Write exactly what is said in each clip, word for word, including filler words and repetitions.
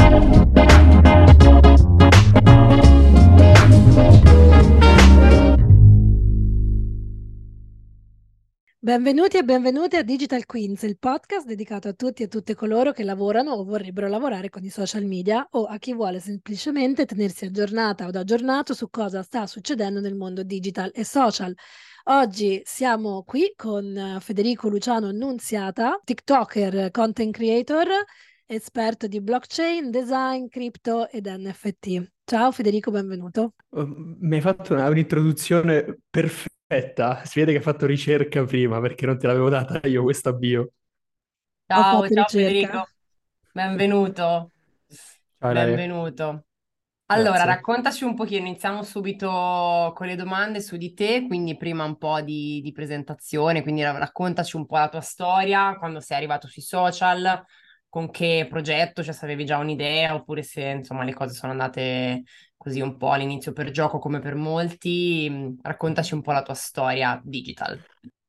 Benvenuti e benvenute a Digital Queens, il podcast dedicato a tutti e tutte coloro che lavorano o vorrebbero lavorare con i social media o a chi vuole semplicemente tenersi aggiornata o aggiornato su cosa sta succedendo nel mondo digital e social. Oggi siamo qui con eh, Federico Luciano Annunziata, TikToker, content creator, esperto di blockchain, design, crypto ed N F T. Ciao Federico, benvenuto. Oh, mi hai fatto una- un'introduzione perfetta. Si vede che hai fatto ricerca prima perché non te l'avevo data io questa bio. Ho Ciao, fatto ciao ricerca. Federico, benvenuto, Ciao Ilaria, benvenuto. Allora, grazie. raccontaci un pochino, iniziamo subito con le domande su di te, quindi prima un po' di, di presentazione, quindi ra- raccontaci un po' la tua storia, quando sei arrivato sui social, con che progetto, cioè se avevi già un'idea oppure se insomma le cose sono andate così un po' all'inizio per gioco come per molti, mm, raccontaci un po' la tua storia digital.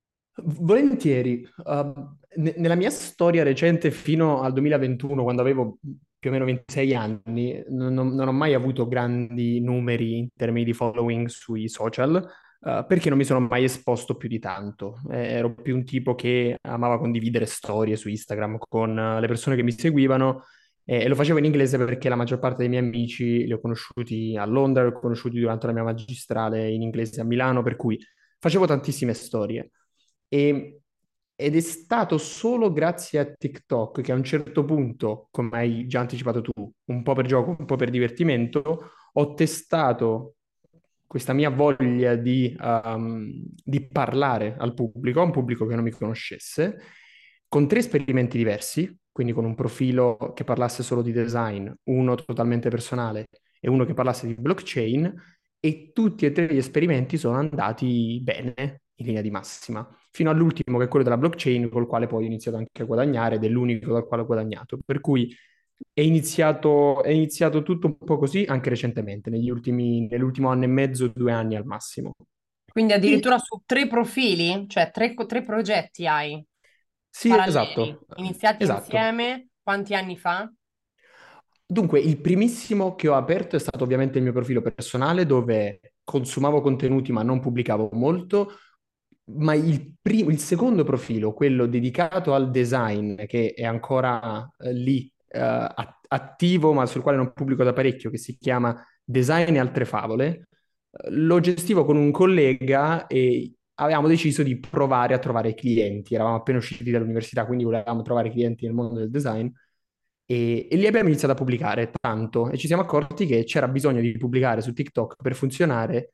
Volentieri. Uh, ne- nella mia storia recente fino al duemilaventuno, quando avevo più o meno ventisei anni, non, non- non ho mai avuto grandi numeri in termini di following sui social, uh, perché non mi sono mai esposto più di tanto. Eh, ero più un tipo che amava condividere storie su Instagram con uh, le persone che mi seguivano, eh, e lo facevo in inglese perché la maggior parte dei miei amici li ho conosciuti a Londra, li ho conosciuti durante la mia magistrale in inglese a Milano, per cui facevo tantissime storie. E- ed è stato solo grazie a TikTok che a un certo punto, come hai già anticipato tu, un po' per gioco, un po' per divertimento, ho testato questa mia voglia di, um, di parlare al pubblico, a un pubblico che non mi conoscesse, con tre esperimenti diversi, quindi con un profilo che parlasse solo di design, uno totalmente personale e uno che parlasse di blockchain, e tutti e tre gli esperimenti sono andati bene in linea di massima, fino all'ultimo che è quello della blockchain, col quale poi ho iniziato anche a guadagnare ed è l'unico dal quale ho guadagnato. Per cui è iniziato, è iniziato tutto un po' così anche recentemente, negli ultimi, nell'ultimo anno e mezzo, due anni al massimo. Quindi Sì. addirittura su tre profili, cioè tre, tre progetti hai Sì, paralleli, esatto, iniziati esatto. insieme, quanti anni fa? Dunque, il primissimo che ho aperto è stato ovviamente il mio profilo personale, dove consumavo contenuti ma non pubblicavo molto, ma il, primo, il secondo profilo, quello dedicato al design, che è ancora eh, lì eh, at- attivo, ma sul quale non pubblico da parecchio, che si chiama Design e altre favole, eh, lo gestivo con un collega e avevamo deciso di provare a trovare clienti. Eravamo appena usciti dall'università, quindi volevamo trovare clienti nel mondo del design. E, e lì abbiamo iniziato a pubblicare tanto e ci siamo accorti che c'era bisogno di pubblicare su TikTok per funzionare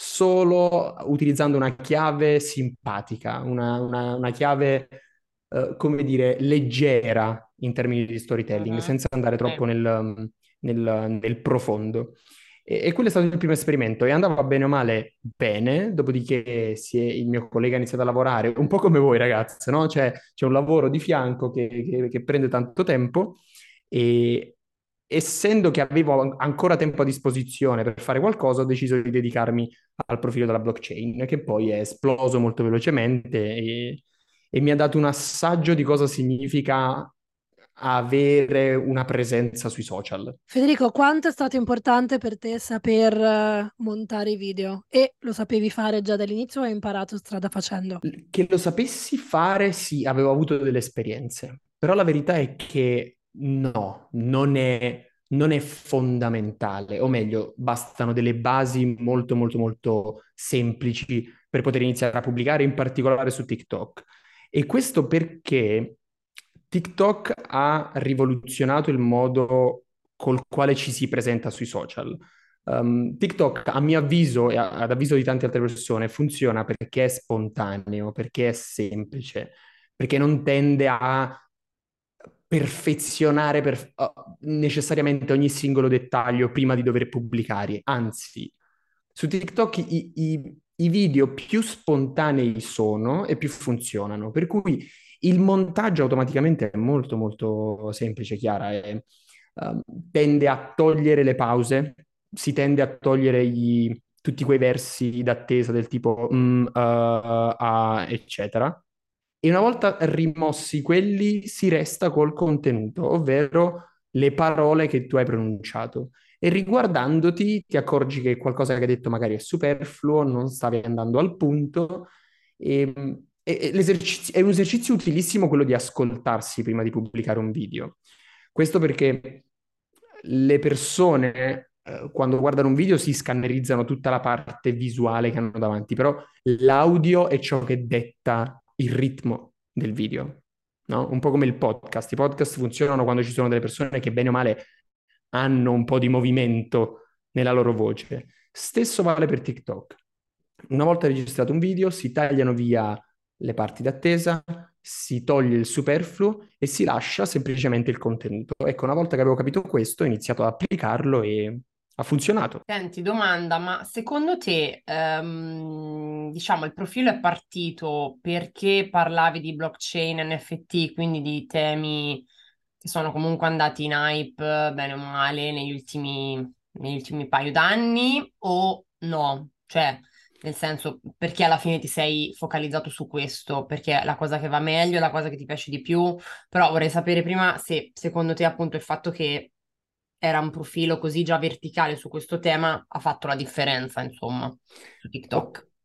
solo utilizzando una chiave simpatica, una, una- una chiave, eh, come dire, leggera in termini di storytelling, Mhm. senza andare Sì. troppo nel, um, nel- nel profondo. E, e quello è stato il primo esperimento e andava bene o male bene, dopodiché si è- il mio collega ha iniziato a lavorare, un po' come voi ragazze, no? Cioè, c'è un lavoro di fianco che, che- che prende tanto tempo e essendo che avevo an- ancora tempo a disposizione per fare qualcosa, ho deciso di dedicarmi al profilo della blockchain, che poi è esploso molto velocemente e, e mi ha dato un assaggio di cosa significa avere una presenza sui social. Federico, quanto è stato importante per te saper eh, montare i video? E lo sapevi fare già dall'inizio o hai imparato strada facendo? Che lo sapessi fare, sì, avevo avuto delle esperienze, però la verità è che no, non è, non è fondamentale, o meglio, bastano delle basi molto, molto, molto semplici per poter iniziare a pubblicare, in particolare su TikTok. E questo perché TikTok ha rivoluzionato il modo col quale ci si presenta sui social. Um, TikTok, a mio avviso e a- ad avviso di tante altre persone, funziona perché è spontaneo, perché è semplice, perché non tende a perfezionare per- uh, necessariamente ogni singolo dettaglio prima di dover pubblicare. Anzi, su TikTok i, i- i video più spontanei sono e più funzionano, per cui il montaggio automaticamente è molto molto semplice, Chiara, e um, tende a togliere le pause, si tende a togliere gli- tutti quei versi d'attesa del tipo mm, uh, uh, eccetera. E una volta rimossi quelli, si resta col contenuto, ovvero le parole che tu hai pronunciato e riguardandoti ti accorgi che qualcosa che hai detto magari è superfluo, non stavi andando al punto e, e- e l'esercizio- è un esercizio utilissimo quello di ascoltarsi prima di pubblicare un video. Questo perché le persone eh, quando guardano un video si scannerizzano tutta la parte visuale che hanno davanti, però l'audio è ciò che detta il ritmo del video, no? Un po' come il podcast. I podcast funzionano quando ci sono delle persone che bene o male hanno un po' di movimento nella loro voce. Stesso vale per TikTok. Una volta registrato un video, si tagliano via le parti d'attesa, si toglie il superfluo e si lascia semplicemente il contenuto. Ecco, una volta che avevo capito questo, ho iniziato ad applicarlo e ha funzionato. Senti, domanda, ma secondo te, ehm, diciamo, il profilo è partito perché parlavi di blockchain, N F T, quindi di temi che sono comunque andati in hype, bene o male, negli ultimi, negli ultimi paio d'anni, o no? Cioè, nel senso, perché alla fine ti sei focalizzato su questo? Perché è la cosa che va meglio, è la cosa che ti piace di più, però vorrei sapere prima se secondo te appunto il fatto che era un profilo così già verticale su questo tema ha fatto la differenza, insomma, su O- TikTok.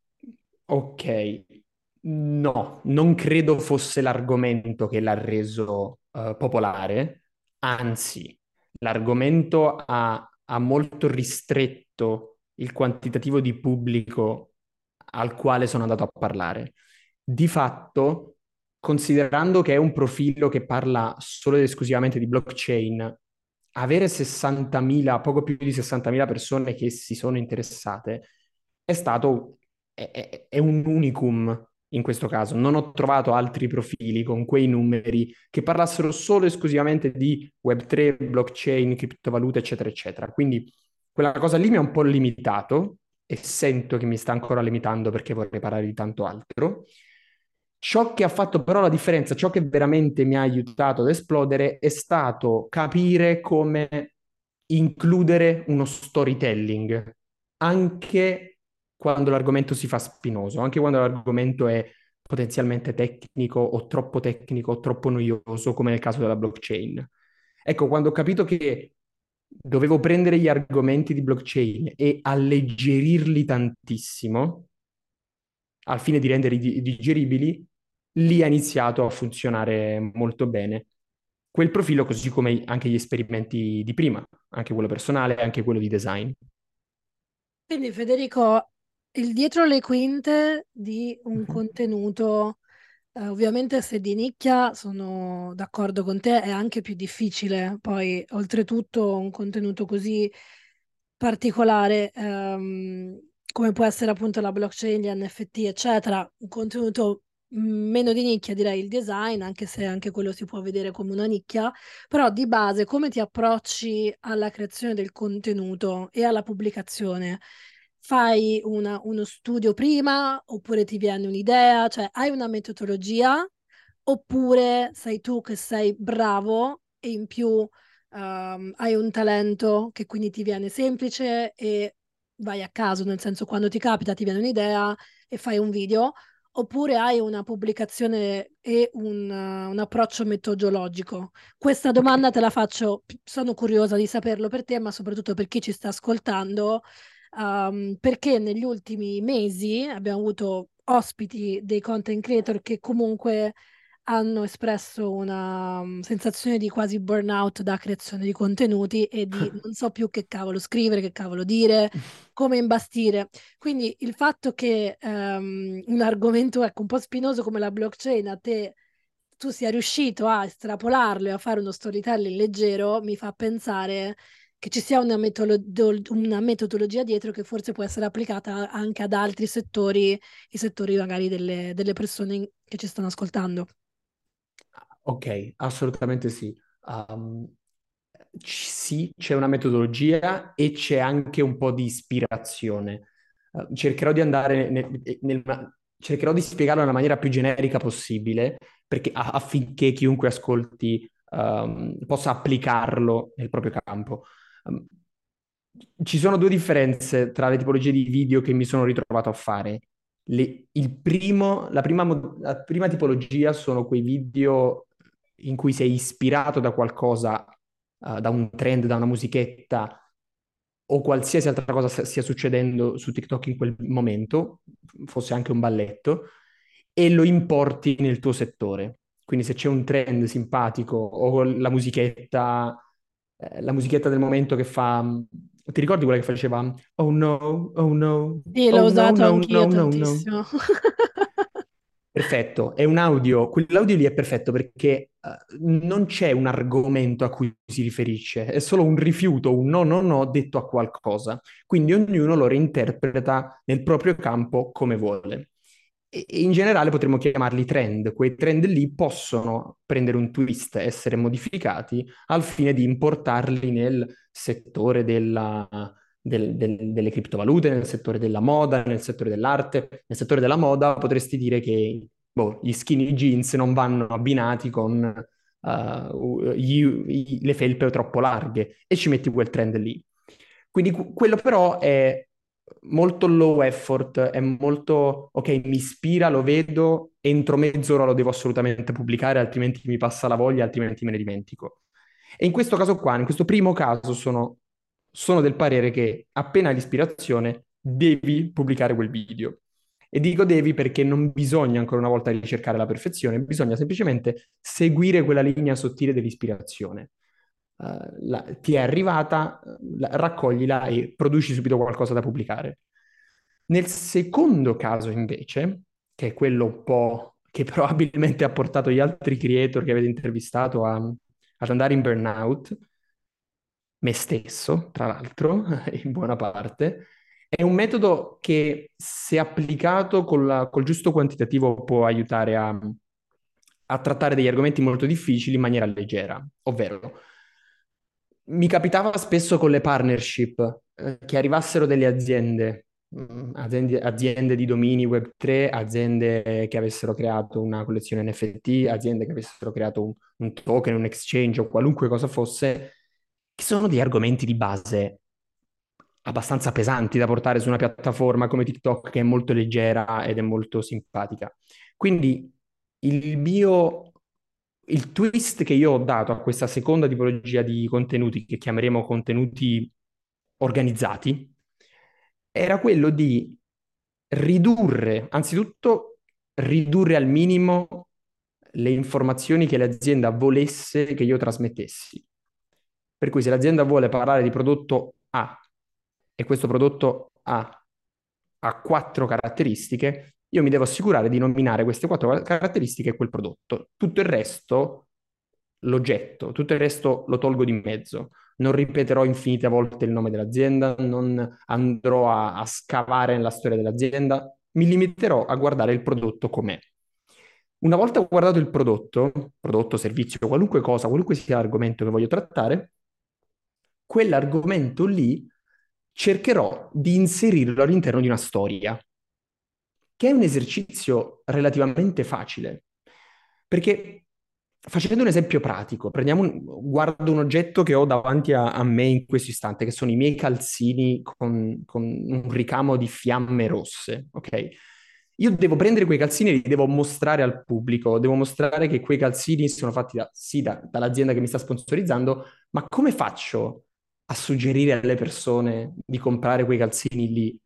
ok, no, non credo fosse l'argomento che l'ha reso eh, popolare, anzi, l'argomento ha, ha molto ristretto il quantitativo di pubblico al quale sono andato a parlare. Di fatto, considerando che è un profilo che parla solo ed esclusivamente di blockchain, avere sessantamila, poco più di sessantamila persone che si sono interessate è stato, è, è- è un unicum in questo caso. Non ho trovato altri profili con quei numeri che parlassero solo e esclusivamente di web tre, blockchain, criptovalute, eccetera, eccetera. Quindi quella cosa lì mi ha un po' limitato e sento che mi sta ancora limitando perché vorrei parlare di tanto altro. Ciò che ha fatto però la differenza, ciò che veramente mi ha aiutato ad esplodere è stato capire come includere uno storytelling anche quando l'argomento si fa spinoso, anche quando l'argomento è potenzialmente tecnico o troppo tecnico o troppo noioso, come nel caso della blockchain. Ecco, quando ho capito che dovevo prendere gli argomenti di blockchain e alleggerirli tantissimo, al fine di renderli di- digeribili, lì ha iniziato a funzionare molto bene. Quel profilo, così come anche gli esperimenti di prima, anche quello personale, anche quello di design. Quindi Federico, il dietro le quinte di un contenuto, eh, ovviamente se di nicchia sono d'accordo con te, è anche più difficile. Poi, oltretutto, un contenuto così particolare, ehm, come può essere appunto la blockchain, gli N F T, eccetera, un contenuto mh, meno di nicchia, direi il design, anche se anche quello si può vedere come una nicchia, però di base come ti approcci alla creazione del contenuto e alla pubblicazione? Fai una- uno studio prima oppure ti viene un'idea? Cioè hai una metodologia oppure sei tu che sei bravo e in più ehm, hai un talento che quindi ti viene semplice e vai a caso, nel senso quando ti capita ti viene un'idea e fai un video, oppure hai una pubblicazione e un, eh, un approccio metodologico. Questa Ok. domanda te la faccio, sono curiosa di saperlo per te, ma soprattutto per chi ci sta ascoltando, ehm, perché negli ultimi mesi abbiamo avuto ospiti dei content creator che comunque hanno espresso una mm, sensazione di quasi burnout da creazione di contenuti e di non so più che cavolo scrivere, che cavolo dire, come imbastire. Quindi il fatto che ehm, un argomento ecco, un po' spinoso come la blockchain a te tu sia riuscito a estrapolarlo e a fare uno storytelling leggero mi fa pensare che ci sia una, metodolo- una metodologia dietro che forse può essere applicata anche ad altri settori, i settori magari delle, delle persone che ci stanno ascoltando. Ok, assolutamente sì. Um, ci- sì, c'è una metodologia e c'è anche un po' di ispirazione. Uh, cercherò di andare nel, nel- cercherò di spiegarlo nella maniera più generica possibile, perché, a- affinché chiunque ascolti um, possa applicarlo nel proprio campo. Um, ci sono due differenze tra le tipologie di video che mi sono ritrovato a fare. Le- il primo, la prima, mo- la prima tipologia sono quei video in cui sei ispirato da qualcosa uh, da un trend, da una musichetta o qualsiasi altra cosa stia succedendo su TikTok in quel momento, fosse anche un balletto, e lo importi nel tuo settore. Quindi se c'è un trend simpatico o la musichetta, eh, la musichetta del momento che fa... Ti ricordi quella che faceva "Oh no, oh no, Sì, l'ho oh no, usato no, anch'io no, no, no"? tantissimo. Perfetto, è un audio, quell'audio lì è perfetto perché eh, non c'è un argomento a cui si riferisce, è solo un rifiuto, un no, no, no detto a qualcosa. Quindi ognuno lo reinterpreta nel proprio campo come vuole. E e in generale potremmo chiamarli trend. Quei trend lì possono prendere un twist, essere modificati al fine di importarli nel settore della, del- del- delle criptovalute, nel settore della moda, nel settore dell'arte. Nel settore della moda potresti dire che boh, gli skinny jeans non vanno abbinati con uh, gli- i- le felpe troppo larghe e ci metti quel trend lì. Quindi que- quello però è molto low effort, è molto, ok, mi ispira, lo vedo, entro mezz'ora lo devo assolutamente pubblicare, altrimenti mi passa la voglia, altrimenti me ne dimentico. E in questo caso qua, in questo primo caso, sono, sono del parere che appena hai l'ispirazione devi pubblicare quel video. E dico devi perché non bisogna ancora una volta ricercare la perfezione, bisogna semplicemente seguire quella linea sottile dell'ispirazione. Uh, la, ti è arrivata, la, raccoglila e produci subito qualcosa da pubblicare. Nel secondo caso, invece, che è quello un po' che probabilmente ha portato gli altri creator che avete intervistato a, ad andare in burnout, me stesso, tra l'altro, in buona parte, è un metodo che, se applicato con la- col giusto quantitativo, può aiutare a, a trattare degli argomenti molto difficili in maniera leggera, ovvero mi capitava spesso con le partnership eh, che arrivassero delle aziende, mh, aziende, aziende di domini web tre, aziende che avessero creato una collezione N F T, aziende che avessero creato un, un token, un exchange o qualunque cosa fosse, che sono degli argomenti di base abbastanza pesanti da portare su una piattaforma come TikTok, che è molto leggera ed è molto simpatica. Quindi il mio, il twist che io ho dato a questa seconda tipologia di contenuti, che chiameremo contenuti organizzati, era quello di ridurre, anzitutto ridurre al minimo le informazioni che l'azienda volesse che io trasmettessi. Per cui se l'azienda vuole parlare di prodotto A e questo prodotto A ha quattro caratteristiche, io mi devo assicurare di nominare queste quattro caratteristiche e quel prodotto. Tutto il resto, l'oggetto, tutto il resto lo tolgo di mezzo. Non ripeterò infinite volte il nome dell'azienda, non andrò a, a scavare nella storia dell'azienda, mi limiterò a guardare il prodotto com'è. Una volta guardato il prodotto, prodotto, servizio, qualunque cosa, qualunque sia l'argomento che voglio trattare, quell'argomento lì cercherò di inserirlo all'interno di una storia, che è un esercizio relativamente facile, perché facendo un esempio pratico, prendiamo un, guardo un oggetto che ho davanti a, a me in questo istante, che sono i miei calzini con, con un ricamo di fiamme rosse, ok? Io devo prendere quei calzini e li devo mostrare al pubblico, devo mostrare che quei calzini sono fatti da, sì, da, dall'azienda che mi sta sponsorizzando, ma come faccio a suggerire alle persone di comprare quei calzini lì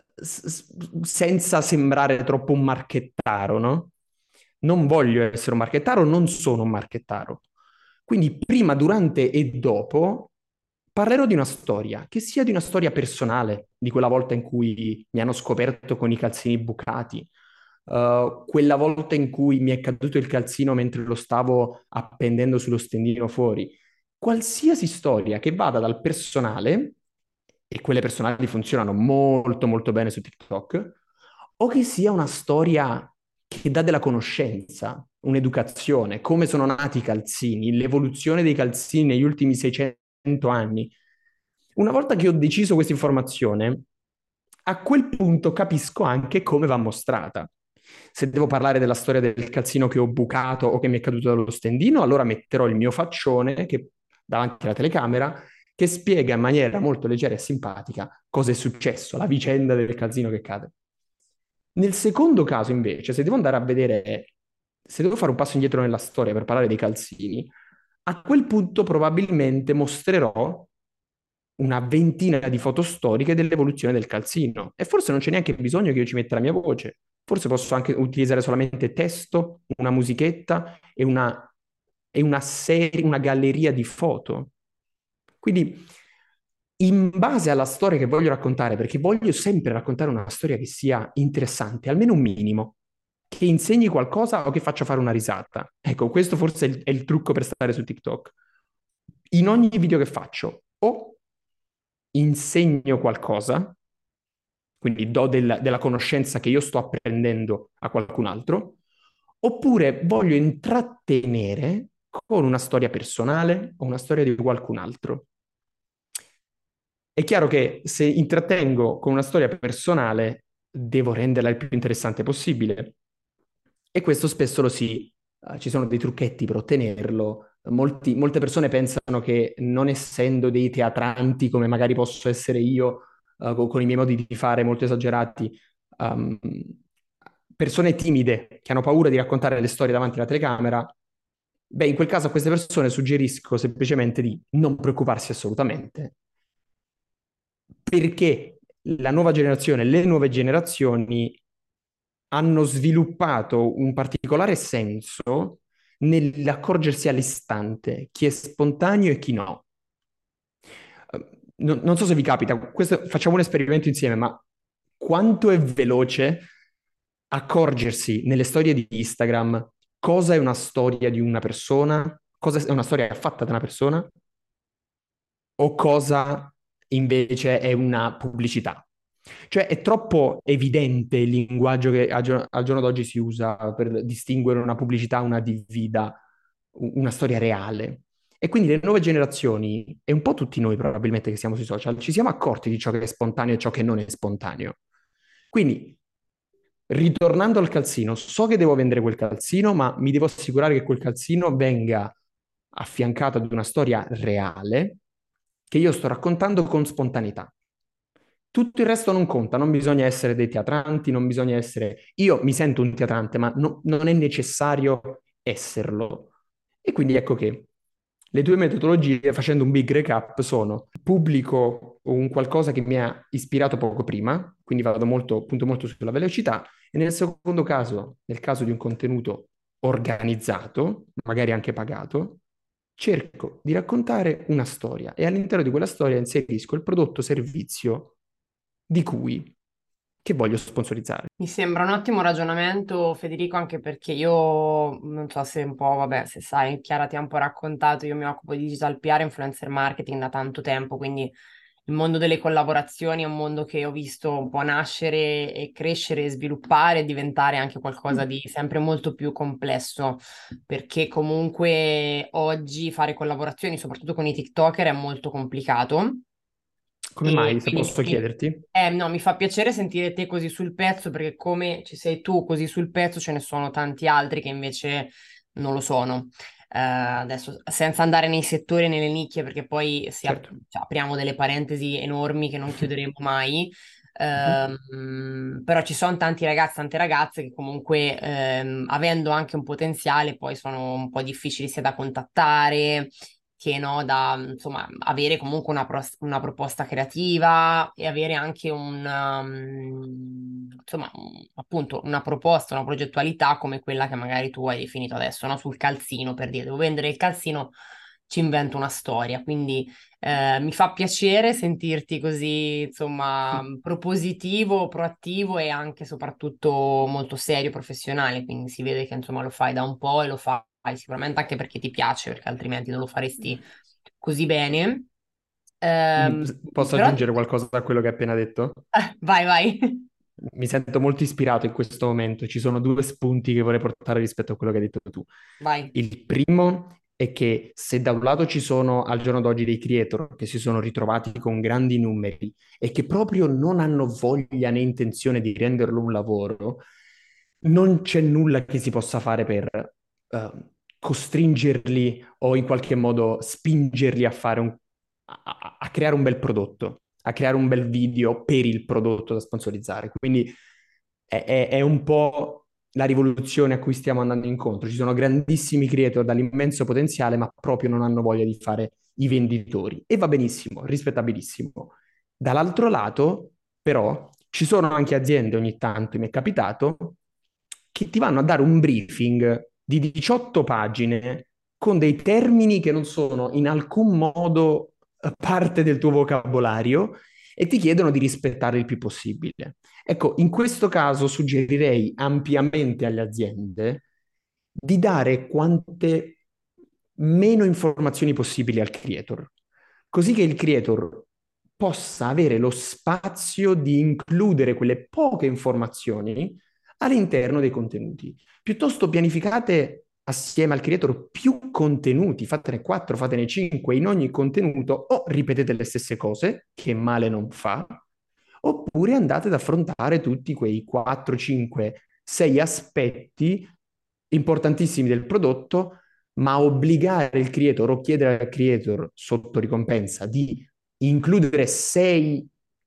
s- senza sembrare troppo un marchettaro, no? Non voglio essere un marchettaro, non sono un marchettaro. Quindi prima, durante e dopo parlerò di una storia, che sia di una storia personale, di quella volta in cui mi hanno scoperto con i calzini bucati, uh, quella volta in cui mi è caduto il calzino mentre lo stavo appendendo sullo stendino fuori. Qualsiasi storia che vada dal personale, e quelle personali funzionano molto molto bene su TikTok, o che sia una storia che dà della conoscenza, un'educazione, come sono nati i calzini, l'evoluzione dei calzini negli ultimi seicento anni. Una volta che ho deciso questa informazione, a quel punto capisco anche come va mostrata. Se devo parlare della storia del calzino che ho bucato o che mi è caduto dallo stendino, allora metterò il mio faccione che, davanti alla telecamera, che spiega in maniera molto leggera e simpatica cosa è successo, la vicenda del calzino che cade. Nel secondo caso, invece, se devo andare a vedere, se devo fare un passo indietro nella storia per parlare dei calzini, a quel punto probabilmente mostrerò una ventina di foto storiche dell'evoluzione del calzino e forse non c'è neanche bisogno che io ci metta la mia voce, forse posso anche utilizzare solamente testo, una musichetta e una, e una serie, una galleria di foto. Quindi in base alla storia che voglio raccontare, perché voglio sempre raccontare una storia che sia interessante, almeno un minimo, che insegni qualcosa o che faccia fare una risata. Ecco, questo forse è il, è il trucco per stare su TikTok. In ogni video che faccio, o insegno qualcosa, quindi do del, della conoscenza che io sto apprendendo a qualcun altro, oppure voglio intrattenere con una storia personale o una storia di qualcun altro. È chiaro che se intrattengo con una storia personale, devo renderla il più interessante possibile. E questo spesso lo si... uh, ci sono dei trucchetti per ottenerlo. Molti, molte persone pensano che non essendo dei teatranti come magari posso essere io, uh, con, con i miei modi di fare molto esagerati, um, persone timide che hanno paura di raccontare le storie davanti alla telecamera, beh, in quel caso a queste persone suggerisco semplicemente di non preoccuparsi assolutamente, perché la nuova generazione, le nuove generazioni hanno sviluppato un particolare senso nell'accorgersi all'istante chi è spontaneo e chi no. Eh, Non, non so se vi capita, questo- facciamo un esperimento insieme, ma quanto è veloce accorgersi nelle storie di Instagram cosa è una storia di una persona, cosa è una storia fatta da una persona o cosa invece è una pubblicità. Cioè è troppo evidente il linguaggio che al giorno, al giorno d'oggi si usa per distinguere una pubblicità, una divida, una storia reale. E quindi le nuove generazioni, e un po' tutti noi probabilmente che siamo sui social, ci siamo accorti di ciò che è spontaneo e ciò che non è spontaneo. Quindi, ritornando al calzino, so che devo vendere quel calzino, ma mi devo assicurare che quel calzino venga affiancato ad una storia reale che io sto raccontando con spontaneità. Tutto il resto non conta, non bisogna essere dei teatranti, non bisogna essere... Io mi sento un teatrante, ma no- non è necessario esserlo. E quindi ecco che le due metodologie, facendo un big recap, sono pubblico un qualcosa che mi ha ispirato poco prima, quindi vado molto, punto molto sulla velocità, e nel secondo caso, nel caso di un contenuto organizzato, magari anche pagato, cerco di raccontare una storia e all'interno di quella storia inserisco il prodotto o servizio di cui che voglio sponsorizzare. Mi sembra un ottimo ragionamento, Federico, anche perché io non so se un po', vabbè, se sai, Chiara ti ha un po' raccontato, io mi occupo di digital P R e influencer marketing da tanto tempo, quindi il mondo delle collaborazioni è un mondo che ho visto un po' nascere e crescere e sviluppare e diventare anche qualcosa di sempre molto più complesso, perché comunque oggi fare collaborazioni, soprattutto con i TikToker, è molto complicato. Come E mai, se quindi posso mi, chiederti? eh, no, mi fa piacere sentire te così sul pezzo, perché come ci sei tu così sul pezzo, ce ne sono tanti altri che invece non lo sono. Eh, adesso, senza andare nei settori e nelle nicchie, perché poi si ap- Certo. cioè, apriamo delle parentesi enormi che non chiuderemo mai. Mhm. Ehm, però ci sono tanti ragazzi, tante ragazze che comunque, ehm, avendo anche un potenziale, poi sono un po' difficili sia da contattare che no, da insomma avere comunque una, pros- una proposta creativa e avere anche un, um, insomma, un- appunto una proposta, una progettualità come quella che magari tu hai definito adesso, no? Sul calzino, per dire, devo vendere il calzino, ci invento una storia. Quindi eh, mi fa piacere sentirti così, insomma, propositivo, proattivo e anche soprattutto molto serio, professionale. Quindi si vede che insomma lo fai da un po' e lo fai sicuramente anche perché ti piace, perché altrimenti non lo faresti così bene. Mm, Ehm, Posso però aggiungere qualcosa a quello che hai appena detto? vai, vai, Mi sento molto ispirato in questo momento. Ci sono due spunti che vorrei portare rispetto a quello che hai detto tu. vai. Il primo è che se da un lato ci sono al giorno d'oggi dei creator che si sono ritrovati con grandi numeri e che proprio non hanno voglia né intenzione di renderlo un lavoro, non c'è nulla che si possa fare per eh, costringerli o in qualche modo spingerli a fare un, a, a creare un bel prodotto, a creare un bel video per il prodotto da sponsorizzare. Quindi è, è- è un po' la rivoluzione a cui stiamo andando incontro. Ci sono grandissimi creator dall'immenso potenziale, ma proprio non hanno voglia di fare i venditori. E va benissimo, rispettabilissimo. Dall'altro lato, però, ci sono anche aziende ogni tanto, mi è capitato, che ti vanno a dare un briefing di diciotto pagine con dei termini che non sono in alcun modo parte del tuo vocabolario e ti chiedono di rispettare il più possibile. Ecco, in questo caso suggerirei ampiamente alle aziende di dare quante meno informazioni possibili al creator, così che il creator possa avere lo spazio di includere quelle poche informazioni all'interno dei contenuti. Piuttosto pianificate assieme al creator più contenuti, fatene quattro, fatene cinque, in ogni contenuto o ripetete le stesse cose, che male non fa, oppure andate ad affrontare tutti quei quattro, cinque, sei aspetti importantissimi del prodotto, ma obbligare il creator o chiedere al creator sotto ricompensa di includere sei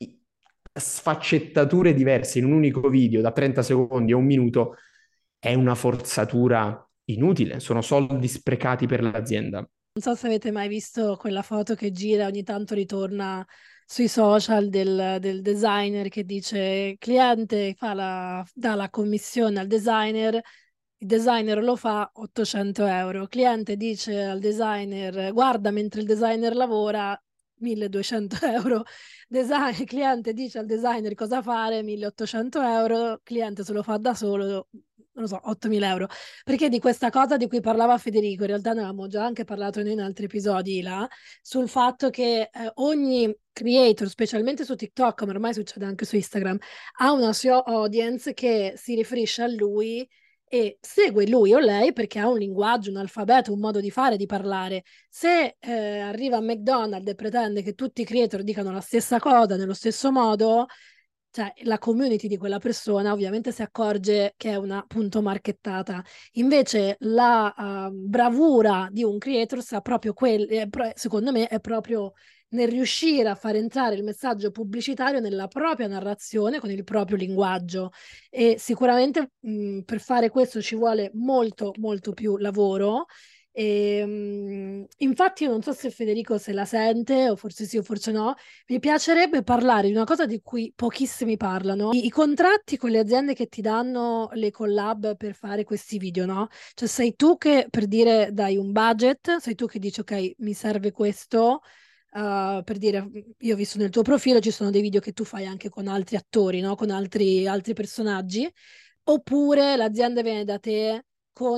sfaccettature diverse in un unico video da trenta secondi a un minuto è una forzatura inutile, sono soldi sprecati per l'azienda. Non so se avete mai visto quella foto che gira, ogni tanto ritorna sui social del, del designer che dice cliente fa la, dà la commissione al designer, il designer lo fa ottocento euro, cliente dice al designer guarda mentre il designer lavora milleduecento euro, Design, cliente dice al designer cosa fare milleottocento euro, cliente se lo fa da solo, non lo so, ottomila euro. Perché di questa cosa di cui parlava Federico, in realtà ne avevamo già anche parlato noi in altri episodi là, sul fatto che eh, ogni creator, specialmente su TikTok, ma ormai succede anche su Instagram, ha una sua audience che si riferisce a lui e segue lui o lei perché ha un linguaggio, un alfabeto, un modo di fare, di parlare. Se eh, arriva a McDonald's e pretende che tutti i creator dicano la stessa cosa nello stesso modo, cioè la community di quella persona ovviamente si accorge che è una appunto marchettata. Invece la uh, bravura di un creator sta proprio quel, è pro- secondo me è proprio nel riuscire a far entrare il messaggio pubblicitario nella propria narrazione con il proprio linguaggio e sicuramente mh, per fare questo ci vuole molto molto più lavoro. E, mh, infatti io non so se Federico se la sente o forse sì o forse no, mi piacerebbe parlare di una cosa di cui pochissimi parlano, i, i contratti con le aziende che ti danno le collab per fare questi video, no? Cioè sei tu che per dire dai un budget, sei tu che dici ok, mi serve questo, uh, per dire io ho visto nel tuo profilo ci sono dei video che tu fai anche con altri attori, no? Con altri, altri personaggi, oppure l'azienda viene da te con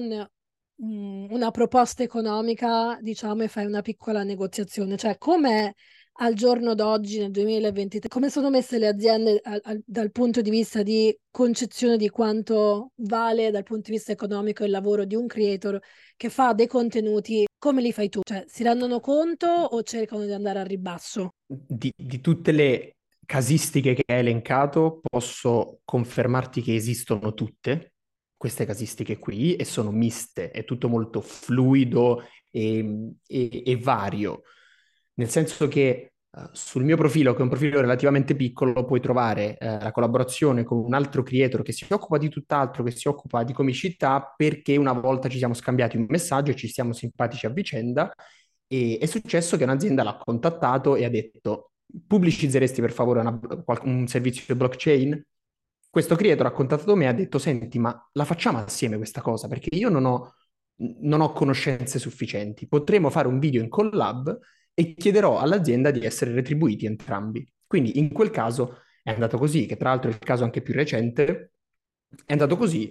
mm, una proposta economica, diciamo, e fai una piccola negoziazione. Cioè, come al giorno d'oggi, nel duemilaventitré, come sono messe le aziende al- al- dal punto di vista di concezione di quanto vale dal punto di vista economico il lavoro di un creator che fa dei contenuti, come li fai tu? Cioè, si rendono conto o cercano di andare a ribasso? Di, di tutte le casistiche che hai elencato, posso confermarti che esistono tutte queste casistiche qui e sono miste, è tutto molto fluido e, e- e vario, nel senso che eh, sul mio profilo, che è un profilo relativamente piccolo, puoi trovare eh, la collaborazione con un altro creator che si occupa di tutt'altro, che si occupa di comicità, perché una volta ci siamo scambiati un messaggio e ci siamo simpatici a vicenda e è successo che un'azienda l'ha contattato e ha detto: pubblicizzeresti per favore una- qual- un servizio di blockchain? Questo creator ha contattato me e ha detto: senti, ma la facciamo assieme questa cosa? Perché io non ho, non ho conoscenze sufficienti. Potremmo fare un video in collab e chiederò all'azienda di essere retribuiti entrambi. Quindi in quel caso è andato così, che tra l'altro è il caso anche più recente. È andato così,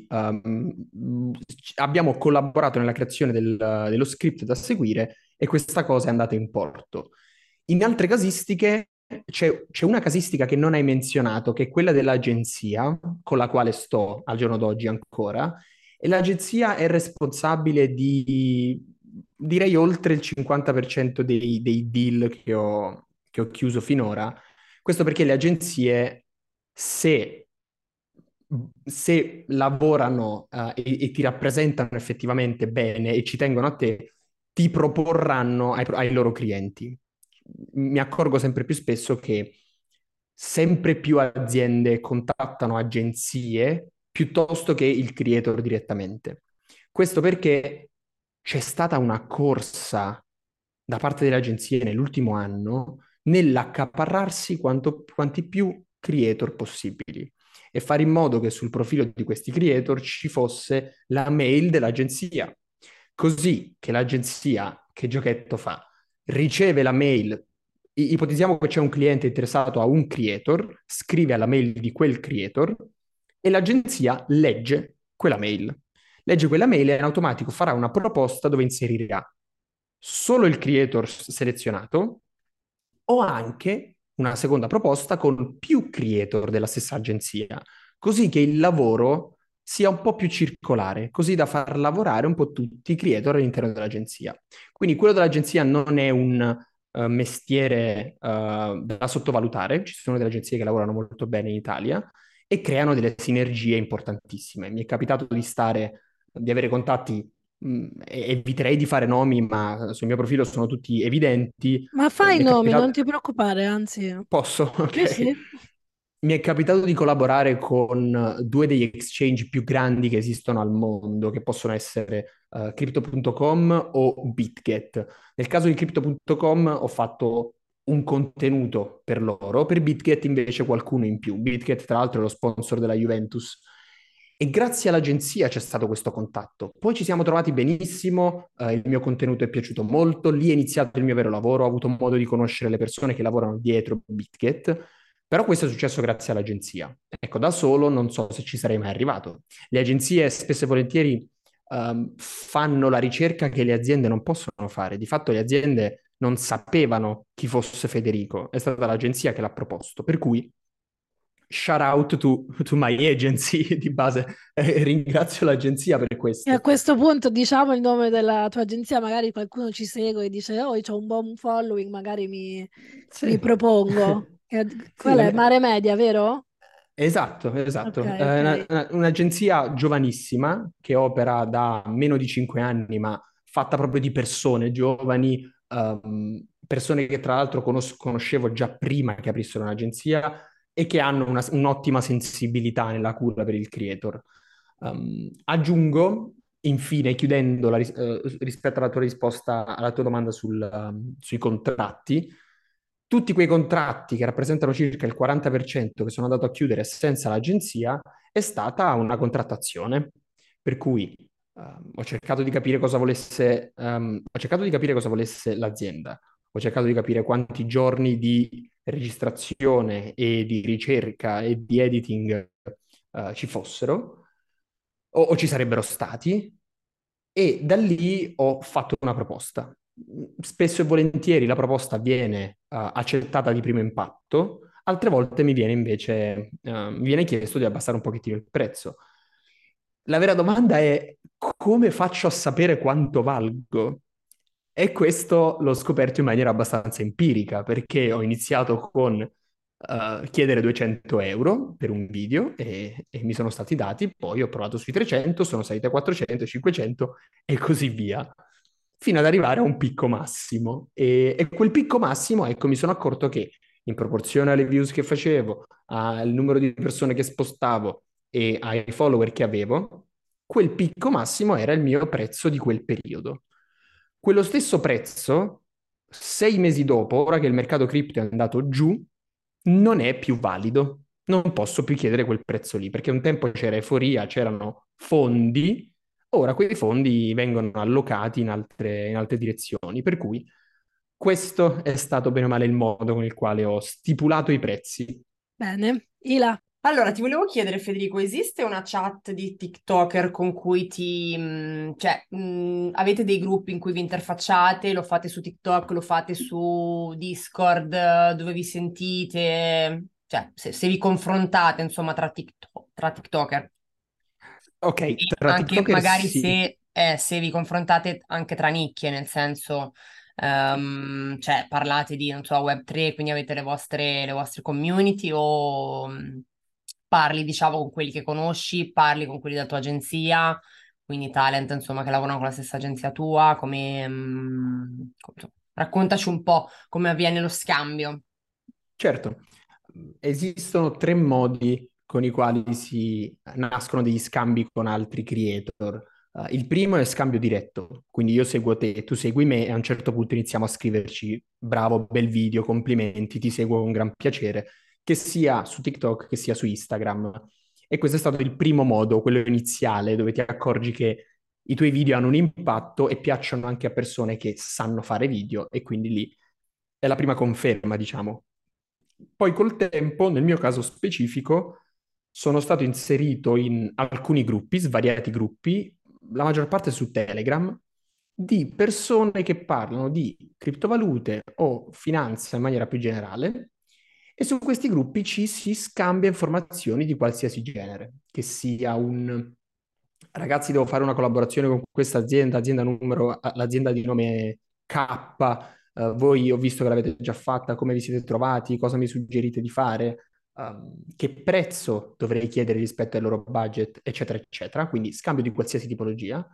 um, abbiamo collaborato nella creazione del- dello script da seguire e questa cosa è andata in porto. In altre casistiche c'è, c'è una casistica che non hai menzionato, che è quella dell'agenzia, con la quale sto al giorno d'oggi ancora, e l'agenzia è responsabile di, direi, oltre il cinquanta per cento dei, dei deal che ho, che ho chiuso finora. Questo perché le agenzie, se se lavorano eh, e, e ti rappresentano effettivamente bene e ci tengono a te, ti proporranno ai, ai loro clienti. Mi accorgo sempre più spesso che sempre più aziende contattano agenzie piuttosto che il creator direttamente. Questo perché c'è stata una corsa da parte delle agenzie nell'ultimo anno nell'accaparrarsi quanto, quanti più creator possibili e fare in modo che sul profilo di questi creator ci fosse la mail dell'agenzia, così che l'agenzia, che giochetto fa? Riceve la mail, i- ipotizziamo che c'è un cliente interessato a un creator, scrive alla mail di quel creator e l'agenzia legge quella mail. Legge quella mail e in automatico farà una proposta dove inserirà solo il creator selezionato o anche una seconda proposta con più creator della stessa agenzia, così che il lavoro sia un po' più circolare, così da far lavorare un po' tutti i creator all'interno dell'agenzia. Quindi quello dell'agenzia non è un eh, mestiere eh, da sottovalutare, ci sono delle agenzie che lavorano molto bene in Italia e creano delle sinergie importantissime. Mi è capitato di stare, di avere contatti, mh, eviterei di fare nomi, ma sul mio profilo sono tutti evidenti. Ma Eh, fai mi i è nomi, non capitato... ti preoccupare, anzi. Posso? Sì, Ok. sì. Mi è capitato di collaborare con due degli exchange più grandi che esistono al mondo, che possono essere uh, crypto punto com o BitGet. Nel caso di crypto punto com ho fatto un contenuto per loro, per BitGet invece qualcuno in più. BitGet, tra l'altro, è lo sponsor della Juventus. E grazie all'agenzia c'è stato questo contatto. Poi ci siamo trovati benissimo, eh, il mio contenuto è piaciuto molto, lì è iniziato il mio vero lavoro, ho avuto modo di conoscere le persone che lavorano dietro BitGet, però questo è successo grazie all'agenzia. Ecco, da solo non so se ci sarei mai arrivato. Le agenzie spesso e volentieri ehm, fanno la ricerca che le aziende non possono fare. Di fatto le aziende non sapevano chi fosse Federico, è stata l'agenzia che l'ha proposto, per cui shout out to, to my agency di base. Eh, ringrazio l'agenzia per E a questo. questo punto diciamo il nome della tua agenzia, magari qualcuno ci segue e dice, oh, io ho un buon following, magari mi, mi Sì, propongo. E- sì, Qual la è? mia- Mare Media, vero? esatto, Ok, esatto. È ok. una- una- un'agenzia giovanissima che opera da meno di cinque anni, ma fatta proprio di persone giovani, ehm, persone che tra l'altro conos- conoscevo già prima che aprissero un'agenzia e che hanno una- un'ottima sensibilità nella cura per il creator. Um, aggiungo, infine, chiudendo la ris- eh, rispetto alla tua risposta, alla tua domanda sul, um, sui contratti, tutti quei contratti che rappresentano circa il quaranta per cento che sono andato a chiudere senza l'agenzia è stata una contrattazione. Per cui um, ho cercato di capire cosa volesse, um, ho cercato di capire cosa volesse l'azienda, ho cercato di capire quanti giorni di registrazione e di ricerca e di editing uh, ci fossero o, o ci sarebbero stati e da lì ho fatto una proposta. Spesso e volentieri la proposta viene uh, accettata di primo impatto, altre volte mi viene invece uh, mi viene chiesto di abbassare un pochettino il prezzo. La vera domanda è come faccio a sapere quanto valgo? E questo l'ho scoperto in maniera abbastanza empirica, perché ho iniziato con eh, chiedere duecento euro per un video e, e mi sono stati dati, poi ho provato sui trecento, sono saliti a quattrocento, cinquecento e così via, fino ad arrivare a un picco massimo. E, e quel picco massimo, ecco, mi sono accorto che in proporzione alle views che facevo, al numero di persone che spostavo e ai follower che avevo, quel picco massimo era il mio prezzo di quel periodo. Quello stesso prezzo, sei mesi dopo, ora che il mercato cripto è andato giù, non è più valido. Non posso più chiedere quel prezzo lì, perché un tempo c'era euforia, c'erano fondi, ora quei fondi vengono allocati in altre, in altre direzioni. Per cui questo è stato bene o male il modo con il quale ho stipulato i prezzi. Bene. Ila, Allora, ti volevo chiedere, Federico, esiste una chat di TikToker con cui ti, mh, cioè, mh, avete dei gruppi in cui vi interfacciate, lo fate su TikTok, lo fate su Discord, eh, dove vi sentite, cioè, se, se vi confrontate, insomma, tra TikTok, tra TikToker. Ok, E tra anche TikToker magari sì. se, eh, se vi confrontate anche tra nicchie, nel senso, ehm, cioè, parlate di, non so, web tre, quindi avete le vostre, le vostre community o mh, parli, diciamo, con quelli che conosci, parli con quelli della tua agenzia, quindi talent, insomma, che lavorano con la stessa agenzia tua, come, mh, come- raccontaci un po' come avviene lo scambio. Certo, esistono tre modi con i quali si nascono degli scambi con altri creator. Uh, il primo è scambio diretto, quindi io seguo te, tu segui me e a un certo punto iniziamo a scriverci bravo, bel video, complimenti, ti seguo con gran piacere, che sia su TikTok che sia su Instagram. E questo è stato il primo modo, quello iniziale, dove ti accorgi che i tuoi video hanno un impatto e piacciono anche a persone che sanno fare video e quindi lì è la prima conferma, diciamo. Poi col tempo, nel mio caso specifico, sono stato inserito in alcuni gruppi, svariati gruppi, la maggior parte su Telegram, di persone che parlano di criptovalute o finanza in maniera più generale e su questi gruppi ci si scambia informazioni di qualsiasi genere, che sia un ragazzi, devo fare una collaborazione con questa azienda, azienda numero, l'azienda di nome K, eh, voi ho visto che l'avete già fatta, come vi siete trovati, cosa mi suggerite di fare, um, che prezzo dovrei chiedere rispetto ai loro budget, eccetera, eccetera. Quindi scambio di qualsiasi tipologia.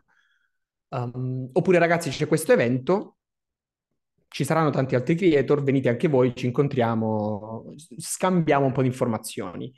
Um, oppure ragazzi, c'è questo evento, ci saranno tanti altri creator, venite anche voi, ci incontriamo, scambiamo un po' di informazioni.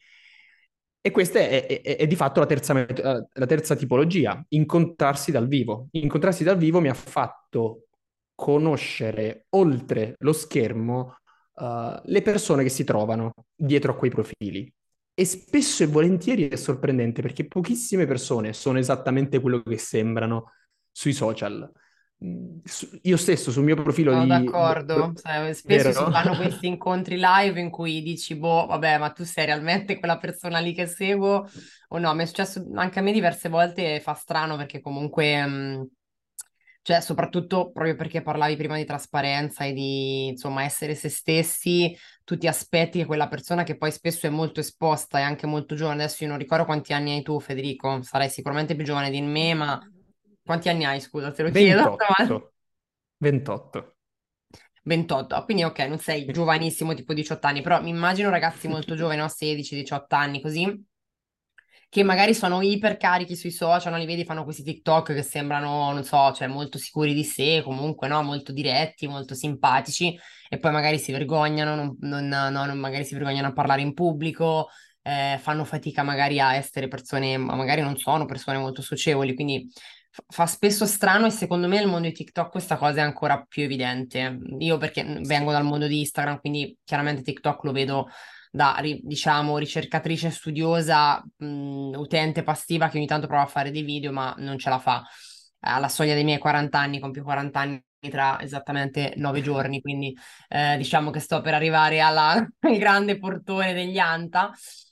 E questa è, è- è- è di fatto la terza, met- eh, la terza tipologia, incontrarsi dal vivo. Incontrarsi dal vivo mi ha fatto conoscere oltre lo schermo, eh, le persone che si trovano dietro a quei profili. E spesso e volentieri è sorprendente perché pochissime persone sono esattamente quello che sembrano sui social. Mm, su- Io stesso sul mio profilo Sono di... d'accordo. Sai, spesso si Vero? fanno questi incontri live in cui dici, boh, vabbè, ma tu sei realmente quella persona lì che seguo o no? Mi è successo anche a me diverse volte e fa strano perché comunque, mh, cioè, soprattutto proprio perché parlavi prima di trasparenza e di, insomma, essere se stessi, tu ti aspetti che quella persona che poi spesso è molto esposta e anche molto giovane, adesso io non ricordo quanti anni hai tu, Federico, sarai sicuramente più giovane di me, ma quanti anni hai, scusa, te lo chiedo. ventotto. ventotto. ventotto, ah, quindi ok, non sei Sì. giovanissimo, tipo diciotto anni, però mi immagino ragazzi molto giovani, no? sedici diciotto anni, così, che magari sono ipercarichi sui social, no? Li vedi, fanno questi TikTok che sembrano, non so, cioè molto sicuri di sé, comunque, no? Molto diretti, molto simpatici, e poi magari si vergognano, non, non- no, non- magari si vergognano a parlare in pubblico, eh, fanno fatica magari a essere persone, ma magari non sono persone molto socievoli, quindi fa fa spesso strano e secondo me nel mondo di TikTok questa cosa è ancora più evidente. Io perché vengo Sì. dal mondo di Instagram, quindi chiaramente TikTok lo vedo da, ri- diciamo, ricercatrice studiosa, mh, utente passiva che ogni tanto prova a fare dei video, ma non ce la fa. Alla soglia dei miei quaranta anni, compio quaranta anni tra esattamente nove giorni, quindi eh, diciamo che sto per arrivare alla- al grande portone degli Anta.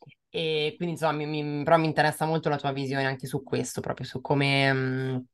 E quindi insomma, mi, mi- però mi interessa molto la tua visione anche su questo, proprio su come mh,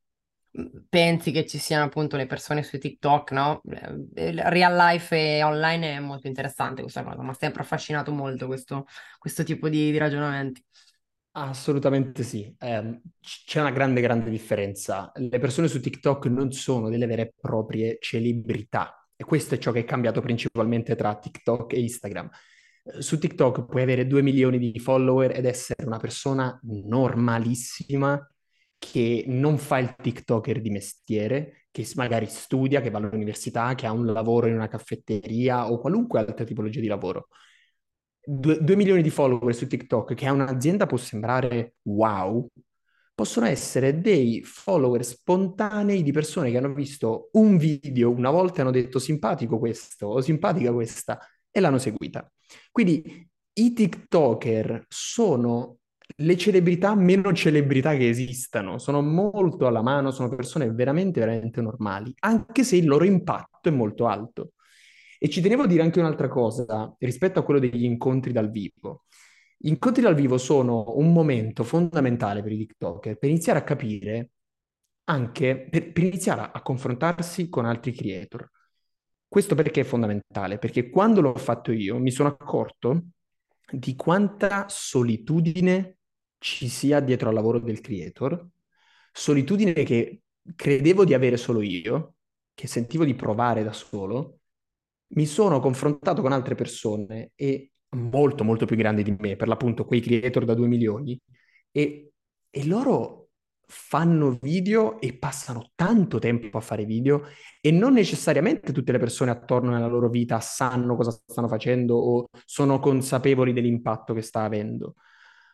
pensi che ci siano appunto le persone su TikTok, no? Eh, il real life e online è molto interessante questa cosa, mi ha sempre affascinato molto questo, questo tipo di, di ragionamenti. Assolutamente sì. Ehm, c- c'è una grande, grande differenza. Le persone su TikTok non sono delle vere e proprie celebrità e questo è ciò che è cambiato principalmente tra TikTok e Instagram. Eh, Su TikTok puoi avere due milioni di follower ed essere una persona normalissima che non fa il TikToker di mestiere, che s- magari studia, che va all'università, che ha un lavoro in una caffetteria o qualunque altra tipologia di lavoro. Due, due milioni di follower su TikTok, che a un'azienda può sembrare wow, possono essere dei follower spontanei di persone che hanno visto un video una volta e hanno detto simpatico questo o simpatica questa e l'hanno seguita. Quindi i TikToker sono le celebrità meno celebrità che esistano, sono molto alla mano, sono persone veramente, veramente normali, anche se il loro impatto è molto alto. E ci tenevo a dire anche un'altra cosa rispetto a quello degli incontri dal vivo. Gli incontri dal vivo sono un momento fondamentale per i TikToker per iniziare a capire anche, per, per iniziare a, a confrontarsi con altri creator. Questo perché è fondamentale? Perché quando l'ho fatto io mi sono accorto di quanta solitudine ci sia dietro al lavoro del creator, solitudine che credevo di avere solo io, che sentivo di provare da solo, mi sono confrontato con altre persone e molto molto più grandi di me, per l'appunto quei creator da due milioni, e, e loro fanno video e passano tanto tempo a fare video e non necessariamente tutte le persone attorno nella loro vita sanno cosa stanno facendo o sono consapevoli dell'impatto che sta avendo.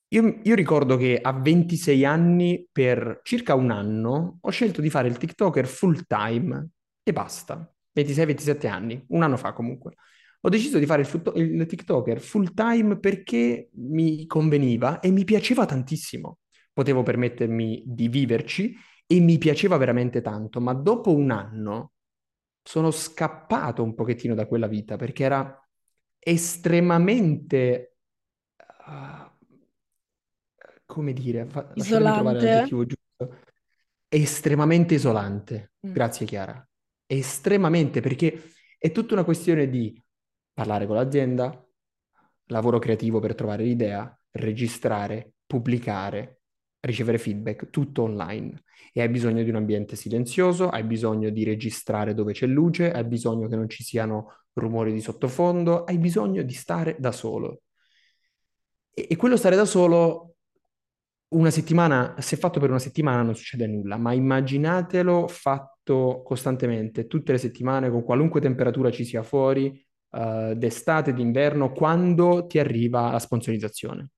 Io, io ricordo che a ventisei anni, per circa un anno, ho scelto di fare il TikToker full time e basta. ventisei ventisette anni, un anno fa comunque. Ho deciso di fare il, futto- il TikToker full time perché mi conveniva e mi piaceva tantissimo. Potevo permettermi di viverci e mi piaceva veramente tanto, ma dopo un anno sono scappato un pochettino da quella vita perché era estremamente, ah, come dire, fa- lasciatemi trovare Isolante. l'aggettivo giusto, estremamente isolante. Mm. Grazie Chiara. Estremamente, perché è tutta una questione di parlare con l'azienda, lavoro creativo per trovare l'idea, registrare, pubblicare, ricevere feedback, tutto online. E hai bisogno di un ambiente silenzioso, hai bisogno di registrare dove c'è luce, hai bisogno che non ci siano rumori di sottofondo, hai bisogno di stare da solo. E, e quello stare da solo, una settimana, se fatto per una settimana non succede nulla, ma immaginatelo fatto costantemente, tutte le settimane, con qualunque temperatura ci sia fuori, eh, d'estate, d'inverno, quando ti arriva la sponsorizzazione.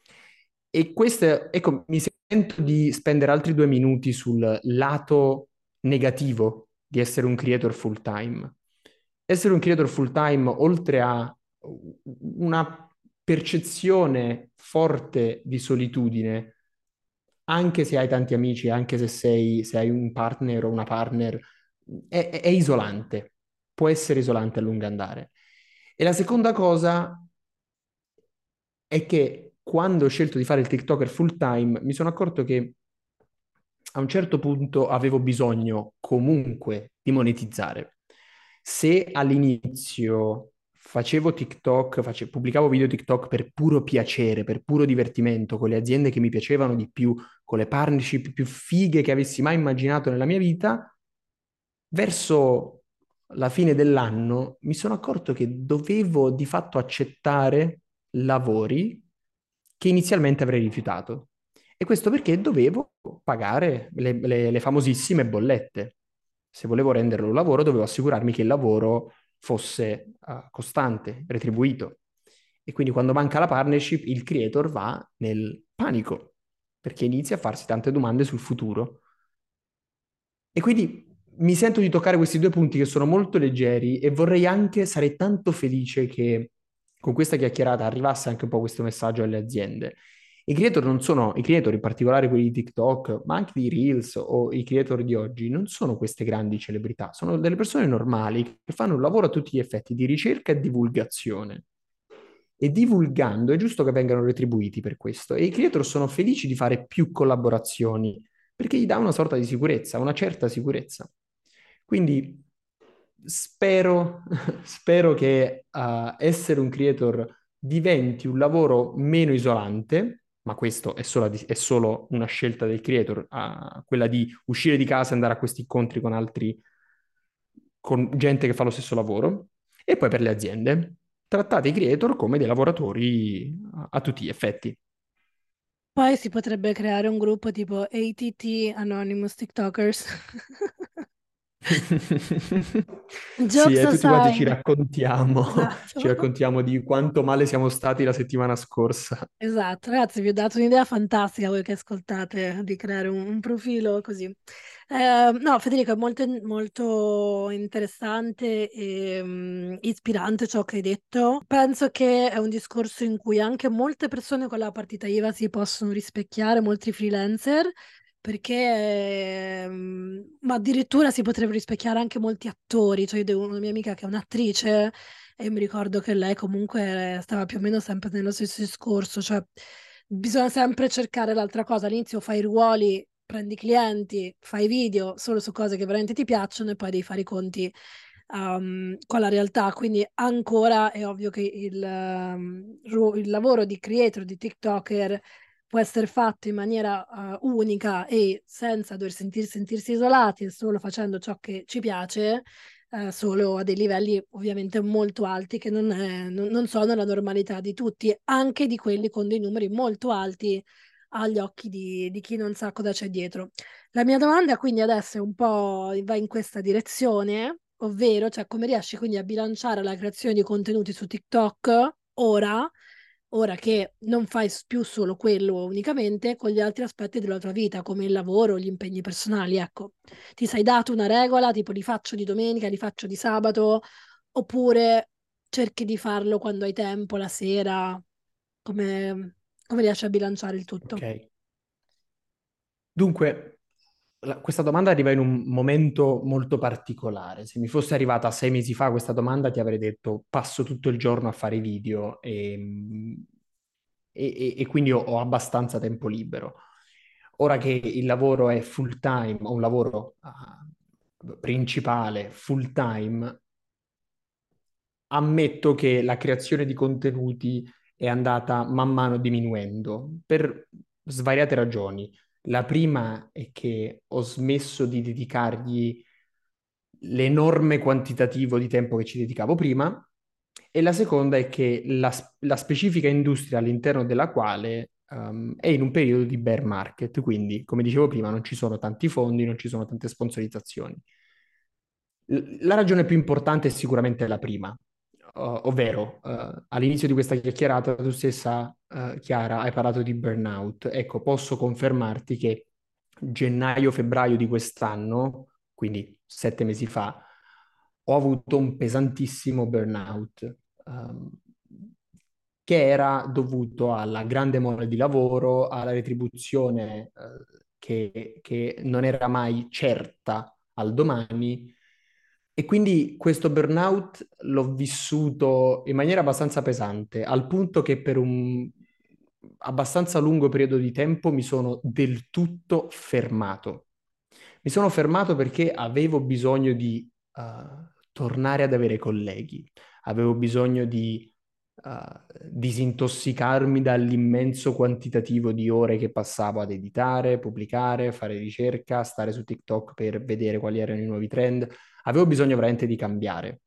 E questo, ecco, mi sento di spendere altri due minuti sul lato negativo di essere un creator full time. Essere un creator full time, oltre a una percezione forte di solitudine, anche se hai tanti amici, anche se sei, se hai un partner o una partner, è, è- è isolante, può essere isolante a lungo andare. E la seconda cosa è che quando ho scelto di fare il TikToker full time, mi sono accorto che a un certo punto avevo bisogno comunque di monetizzare. Se all'inizio facevo TikTok, face- pubblicavo video TikTok per puro piacere, per puro divertimento, con le aziende che mi piacevano di più, con le partnership più fighe che avessi mai immaginato nella mia vita, verso la fine dell'anno mi sono accorto che dovevo di fatto accettare lavori che inizialmente avrei rifiutato. E questo perché dovevo pagare le, le- le famosissime bollette. Se volevo renderlo un lavoro, dovevo assicurarmi che il lavoro fosse uh, costante, retribuito. E quindi quando manca la partnership, il creator va nel panico, perché inizia a farsi tante domande sul futuro. E quindi mi sento di toccare questi due punti che sono molto leggeri e vorrei anche, sarei tanto felice che con questa chiacchierata arrivasse anche un po' questo messaggio alle aziende. I creator non sono, i creator in particolare quelli di TikTok, ma anche di Reels o i creator di oggi, non sono queste grandi celebrità, sono delle persone normali che fanno un lavoro a tutti gli effetti di ricerca e divulgazione. E divulgando è giusto che vengano retribuiti per questo. E i creator sono felici di fare più collaborazioni perché gli dà una sorta di sicurezza, una certa sicurezza. Quindi spero, spero che uh, essere un creator diventi un lavoro meno isolante, ma questo è solo, è solo una scelta del creator, uh, quella di uscire di casa e andare a questi incontri con altri, con gente che fa lo stesso lavoro, e poi per le aziende. Trattate i creator come dei lavoratori a, a tutti gli effetti. Poi si potrebbe creare un gruppo tipo A T T Anonymous TikTokers. Sì, Jokes e tutti quanti ci aside. raccontiamo, ci Esatto. raccontiamo di quanto male siamo stati la settimana scorsa. Esatto, ragazzi, vi ho dato un'idea fantastica voi che ascoltate di creare un, un profilo così. Eh, no, Federico, è molto, molto interessante e mm, ispirante ciò che hai detto. Penso che è un discorso in cui anche molte persone con la partita I V A si possono rispecchiare, molti freelancer, perché, ehm, ma addirittura si potrebbero rispecchiare anche molti attori. Cioè, io ho una mia amica che è un'attrice e mi ricordo che lei comunque stava più o meno sempre nello stesso discorso, cioè bisogna sempre cercare l'altra cosa. All'inizio fai i ruoli, prendi clienti, fai video solo su cose che veramente ti piacciono e poi devi fare i conti um, con la realtà. Quindi ancora è ovvio che il, um, ru- il lavoro di creator, di TikToker può essere fatto in maniera uh, unica e senza dover sentir- sentirsi isolati e solo facendo ciò che ci piace, eh, solo a dei livelli ovviamente molto alti che non, è- non- non sono la normalità di tutti, anche di quelli con dei numeri molto alti agli occhi di, di chi non sa cosa c'è dietro. La mia domanda quindi adesso è un po' va in questa direzione, ovvero cioè come riesci quindi a bilanciare la creazione di contenuti su TikTok ora ora che non fai s- più solo quello unicamente, con gli altri aspetti della tua vita, come il lavoro, gli impegni personali, ecco. Ti sei dato una regola, tipo li faccio di domenica, li faccio di sabato, oppure cerchi di farlo quando hai tempo, la sera, come, come riesci a bilanciare il tutto? Ok. Dunque, la- questa domanda arriva in un momento molto particolare. Se mi fosse arrivata sei mesi fa questa domanda, ti avrei detto passo tutto il giorno a fare video e, e- e- e quindi ho, ho abbastanza tempo libero. Ora che il lavoro è full time, ho un lavoro ah, principale, full time, ammetto che la creazione di contenuti è andata man mano diminuendo per svariate ragioni. La prima è che ho smesso di dedicargli l'enorme quantitativo di tempo che ci dedicavo prima, e la seconda è che la, la specifica industria all'interno della quale um, è in un periodo di bear market, quindi, come dicevo prima, non ci sono tanti fondi, non ci sono tante sponsorizzazioni. L- La ragione più importante è sicuramente la prima, o- ovvero eh, all'inizio di questa chiacchierata tu stessa, eh, Chiara, hai parlato di burnout. Ecco, posso confermarti che gennaio-febbraio di quest'anno, quindi sette mesi fa, ho avuto un pesantissimo burnout, ehm, che era dovuto alla grande mole di lavoro, alla retribuzione, eh, che, che non era mai certa al domani. E quindi questo burnout l'ho vissuto in maniera abbastanza pesante, al punto che per un abbastanza lungo periodo di tempo mi sono del tutto fermato. Mi sono fermato perché avevo bisogno di uh, tornare ad avere colleghi, avevo bisogno di uh, disintossicarmi dall'immenso quantitativo di ore che passavo ad editare, pubblicare, fare ricerca, stare su TikTok per vedere quali erano i nuovi trend. Avevo bisogno veramente di cambiare.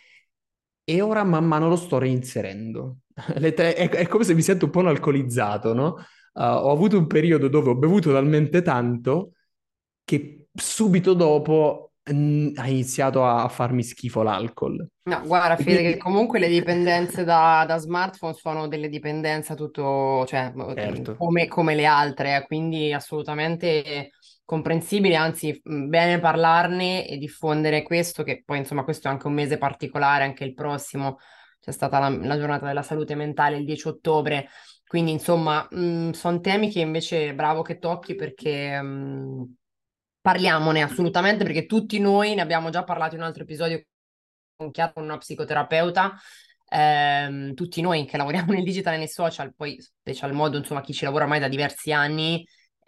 E ora man mano lo sto reinserendo. Le tre- È, è come se mi sento un po' un alcolizzato, no? Uh, ho avuto un periodo dove ho bevuto talmente tanto che subito dopo mm, ha iniziato a farmi schifo l'alcol. No, guarda, E Fede, che quindi, comunque le dipendenze da, da smartphone sono delle dipendenze a tutto, cioè, mm, certo, come, come le altre, eh, quindi assolutamente comprensibile, anzi, mm, bene parlarne e diffondere questo, che poi, insomma, questo è anche un mese particolare, anche il prossimo, c'è stata la, la giornata della salute mentale il dieci ottobre, quindi, insomma, sono temi che invece bravo che tocchi perché... mm, parliamone assolutamente perché tutti noi ne abbiamo già parlato in un altro episodio con Chiara, con una psicoterapeuta, ehm, tutti noi che lavoriamo nel digital e nei social, poi special modo, insomma, chi ci lavora ormai da diversi anni,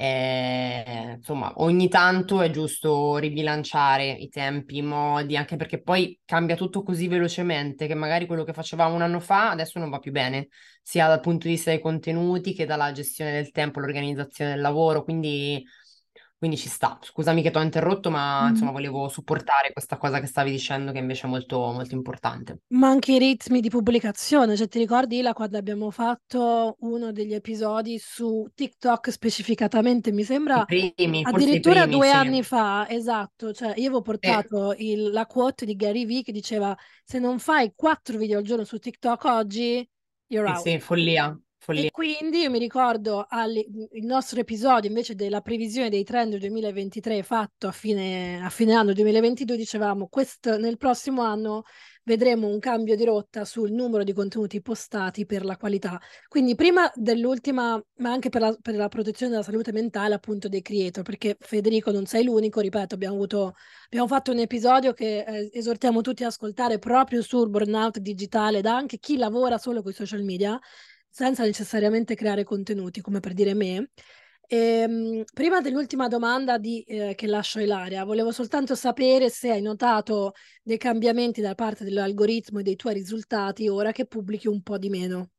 eh, insomma, ogni tanto è giusto ribilanciare i tempi, i modi, anche perché poi cambia tutto così velocemente che magari quello che facevamo un anno fa adesso non va più bene, sia dal punto di vista dei contenuti che dalla gestione del tempo, l'organizzazione del lavoro, quindi... Quindi ci sta. Scusami che ti ho interrotto, ma insomma volevo supportare questa cosa che stavi dicendo, che invece è molto, molto importante. Ma anche i ritmi di pubblicazione, cioè ti ricordi Ila quando abbiamo fatto uno degli episodi su TikTok specificatamente, mi I sembra primi, forse i addirittura primi, due sì. anni fa, esatto, cioè io avevo Sì, portato il- la quote di Gary Vee che diceva se non fai quattro video al giorno su TikTok oggi, you're sì, out. sì, follia, E follia. quindi io mi ricordo al- il nostro episodio invece della previsione dei trend duemilaventitré fatto a fine, a fine anno duemilaventidue, dicevamo questo, nel prossimo anno vedremo un cambio di rotta sul numero di contenuti postati per la qualità. Quindi prima dell'ultima, ma anche per la, per la protezione della salute mentale appunto dei creator, perché Federico non sei l'unico, ripeto, abbiamo avuto, abbiamo fatto un episodio che eh, esortiamo tutti ad ascoltare proprio sul burnout digitale da anche chi lavora solo con i social media senza necessariamente creare contenuti, come per dire me. Ehm, prima dell'ultima domanda di, eh, che lascio a Ilaria, volevo soltanto sapere se hai notato dei cambiamenti da parte dell'algoritmo e dei tuoi risultati ora che pubblichi un po' di meno.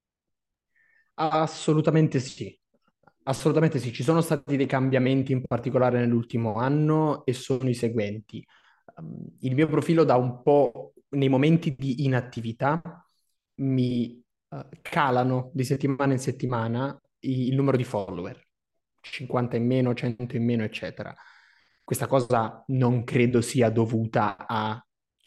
assolutamente sì. Assolutamente sì, ci sono stati dei cambiamenti in particolare nell'ultimo anno e sono i seguenti. Um, il mio profilo da un po' nei momenti di inattività mi uh, calano di settimana in settimana i- il numero di follower, cinquanta in meno, cento in meno, eccetera. Questa cosa non credo sia dovuta a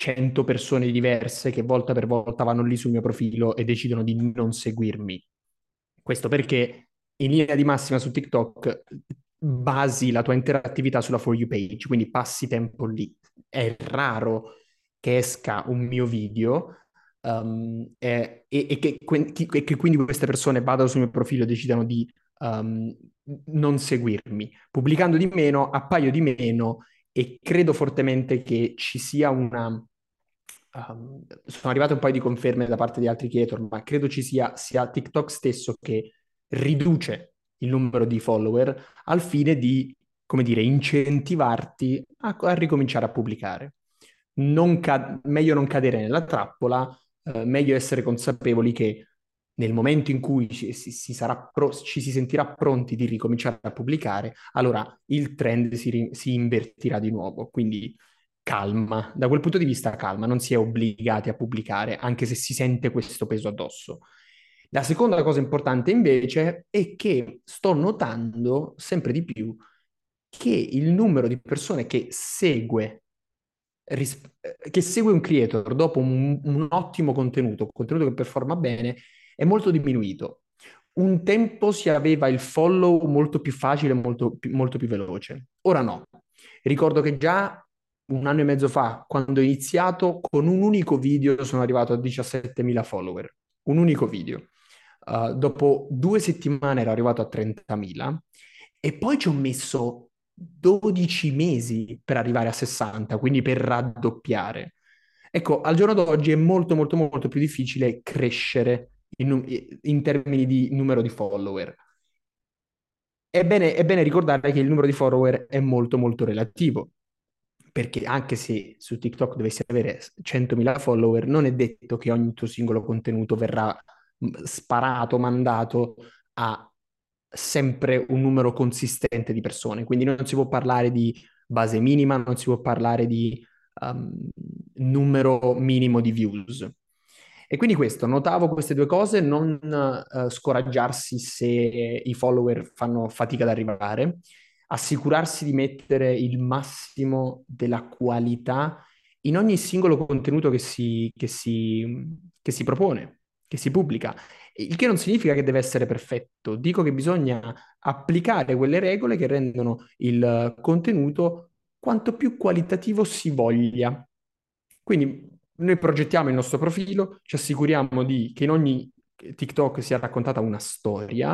cento persone diverse che volta per volta vanno lì sul mio profilo e decidono di non seguirmi. Questo perché in linea di massima su TikTok basi la tua interattività sulla For You page, quindi passi tempo lì. È raro che esca un mio video um, e, e, e, che, e, che, quindi queste persone vadano sul mio profilo e decidano di um, non seguirmi. Pubblicando di meno, appaio di meno e credo fortemente che ci sia una... Um, sono arrivate un paio di conferme da parte di altri creator, ma credo ci sia sia TikTok stesso che riduce il numero di follower al fine di, come dire, incentivarti a, a ricominciare a pubblicare. Non ca- meglio non cadere nella trappola, eh, meglio essere consapevoli che nel momento in cui ci si, si sarà pro- ci si sentirà pronti di ricominciare a pubblicare, allora il trend si, ri- si invertirà di nuovo. Quindi calma, da quel punto di vista calma, non si è obbligati a pubblicare, anche se si sente questo peso addosso. La seconda cosa importante invece è che sto notando sempre di più che il numero di persone che segue, ris- che segue un creator dopo un, un ottimo contenuto, un contenuto che performa bene, è molto diminuito. Un tempo si aveva il follow molto più facile, molto più, molto più veloce. Ora no. Ricordo che già un anno e mezzo fa, quando ho iniziato, con un unico video sono arrivato a diciassettemila follower. Un unico video. Uh, dopo due settimane ero arrivato a trentamila e poi ci ho messo dodici mesi per arrivare a sessanta, quindi per raddoppiare. Ecco, al giorno d'oggi è molto molto molto più difficile crescere in, in termini di numero di follower. È bene, è bene ricordare che il numero di follower è molto molto relativo, perché anche se su TikTok dovessi avere centomila follower, non è detto che ogni tuo singolo contenuto verrà sparato, mandato a sempre un numero consistente di persone. Quindi non si può parlare di base minima, non si può parlare di um, numero minimo di views. E quindi questo, notavo queste due cose, non uh, scoraggiarsi se i follower fanno fatica ad arrivare, assicurarsi di mettere il massimo della qualità in ogni singolo contenuto che si, che si, che si propone, che si pubblica. Il che non significa che deve essere perfetto, dico che bisogna applicare quelle regole che rendono il contenuto quanto più qualitativo si voglia. Quindi noi progettiamo il nostro profilo, ci assicuriamo di, che in ogni TikTok sia raccontata una storia.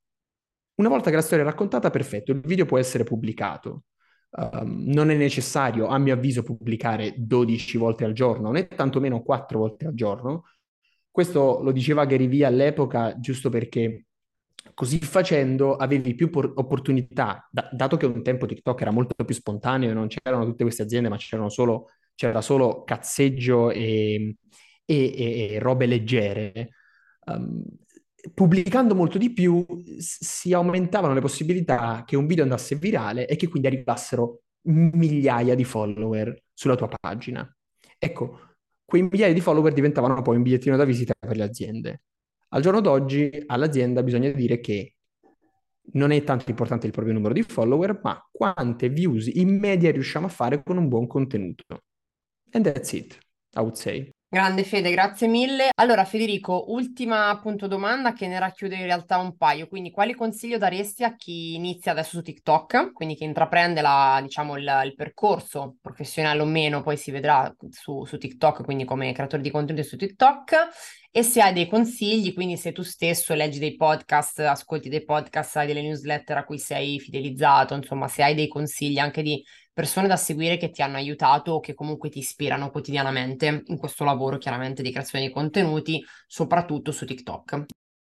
Una volta che la storia è raccontata, perfetto, il video può essere pubblicato. Um, non è necessario, a mio avviso, pubblicare dodici volte al giorno, né tantomeno quattro volte al giorno. Questo lo diceva Gary Vee all'epoca, giusto perché così facendo avevi più por- opportunità, da- dato che un tempo TikTok era molto più spontaneo e non c'erano tutte queste aziende, ma c'erano solo, c'era solo cazzeggio e, e- e- e robe leggere. Um, pubblicando molto di più s- si aumentavano le possibilità che un video andasse virale e che quindi arrivassero migliaia di follower sulla tua pagina. Ecco, quei migliaia di follower diventavano poi un bigliettino da visita per le aziende. Al giorno d'oggi all'azienda bisogna dire che non è tanto importante il proprio numero di follower, ma quante views in media riusciamo a fare con un buon contenuto. And that's it, I would say. Grande Fede, grazie mille. Allora, Federico, ultima appunto domanda che ne racchiude in realtà un paio. Quindi, quali consiglio daresti a chi inizia adesso su TikTok? Quindi chi intraprende la, diciamo, il, il percorso professionale o meno, poi si vedrà su, su TikTok, quindi come creatore di contenuti su TikTok. E se hai dei consigli, quindi se tu stesso leggi dei podcast, ascolti dei podcast, hai delle newsletter a cui sei fidelizzato, insomma, se hai dei consigli anche di persone da seguire che ti hanno aiutato o che comunque ti ispirano quotidianamente in questo lavoro chiaramente di creazione di contenuti, soprattutto su TikTok.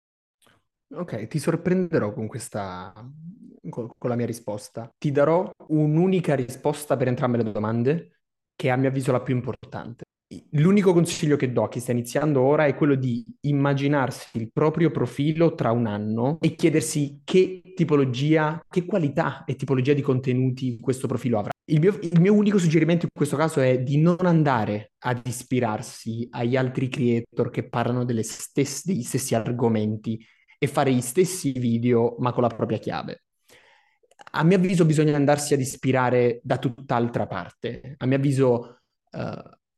Ok, ti sorprenderò con questa, con, con la mia risposta. Ti darò un'unica risposta per entrambe le domande, che è a mio avviso la più importante. L'unico consiglio che do a chi sta iniziando ora è quello di immaginarsi il proprio profilo tra un anno e chiedersi che tipologia, che qualità e tipologia di contenuti questo profilo avrà. Il mio, il mio unico suggerimento in questo caso è di non andare ad ispirarsi agli altri creator che parlano delle stesse, degli stessi argomenti e fare gli stessi video ma con la propria chiave. A mio avviso bisogna andarsi ad ispirare da tutt'altra parte. A mio avviso uh,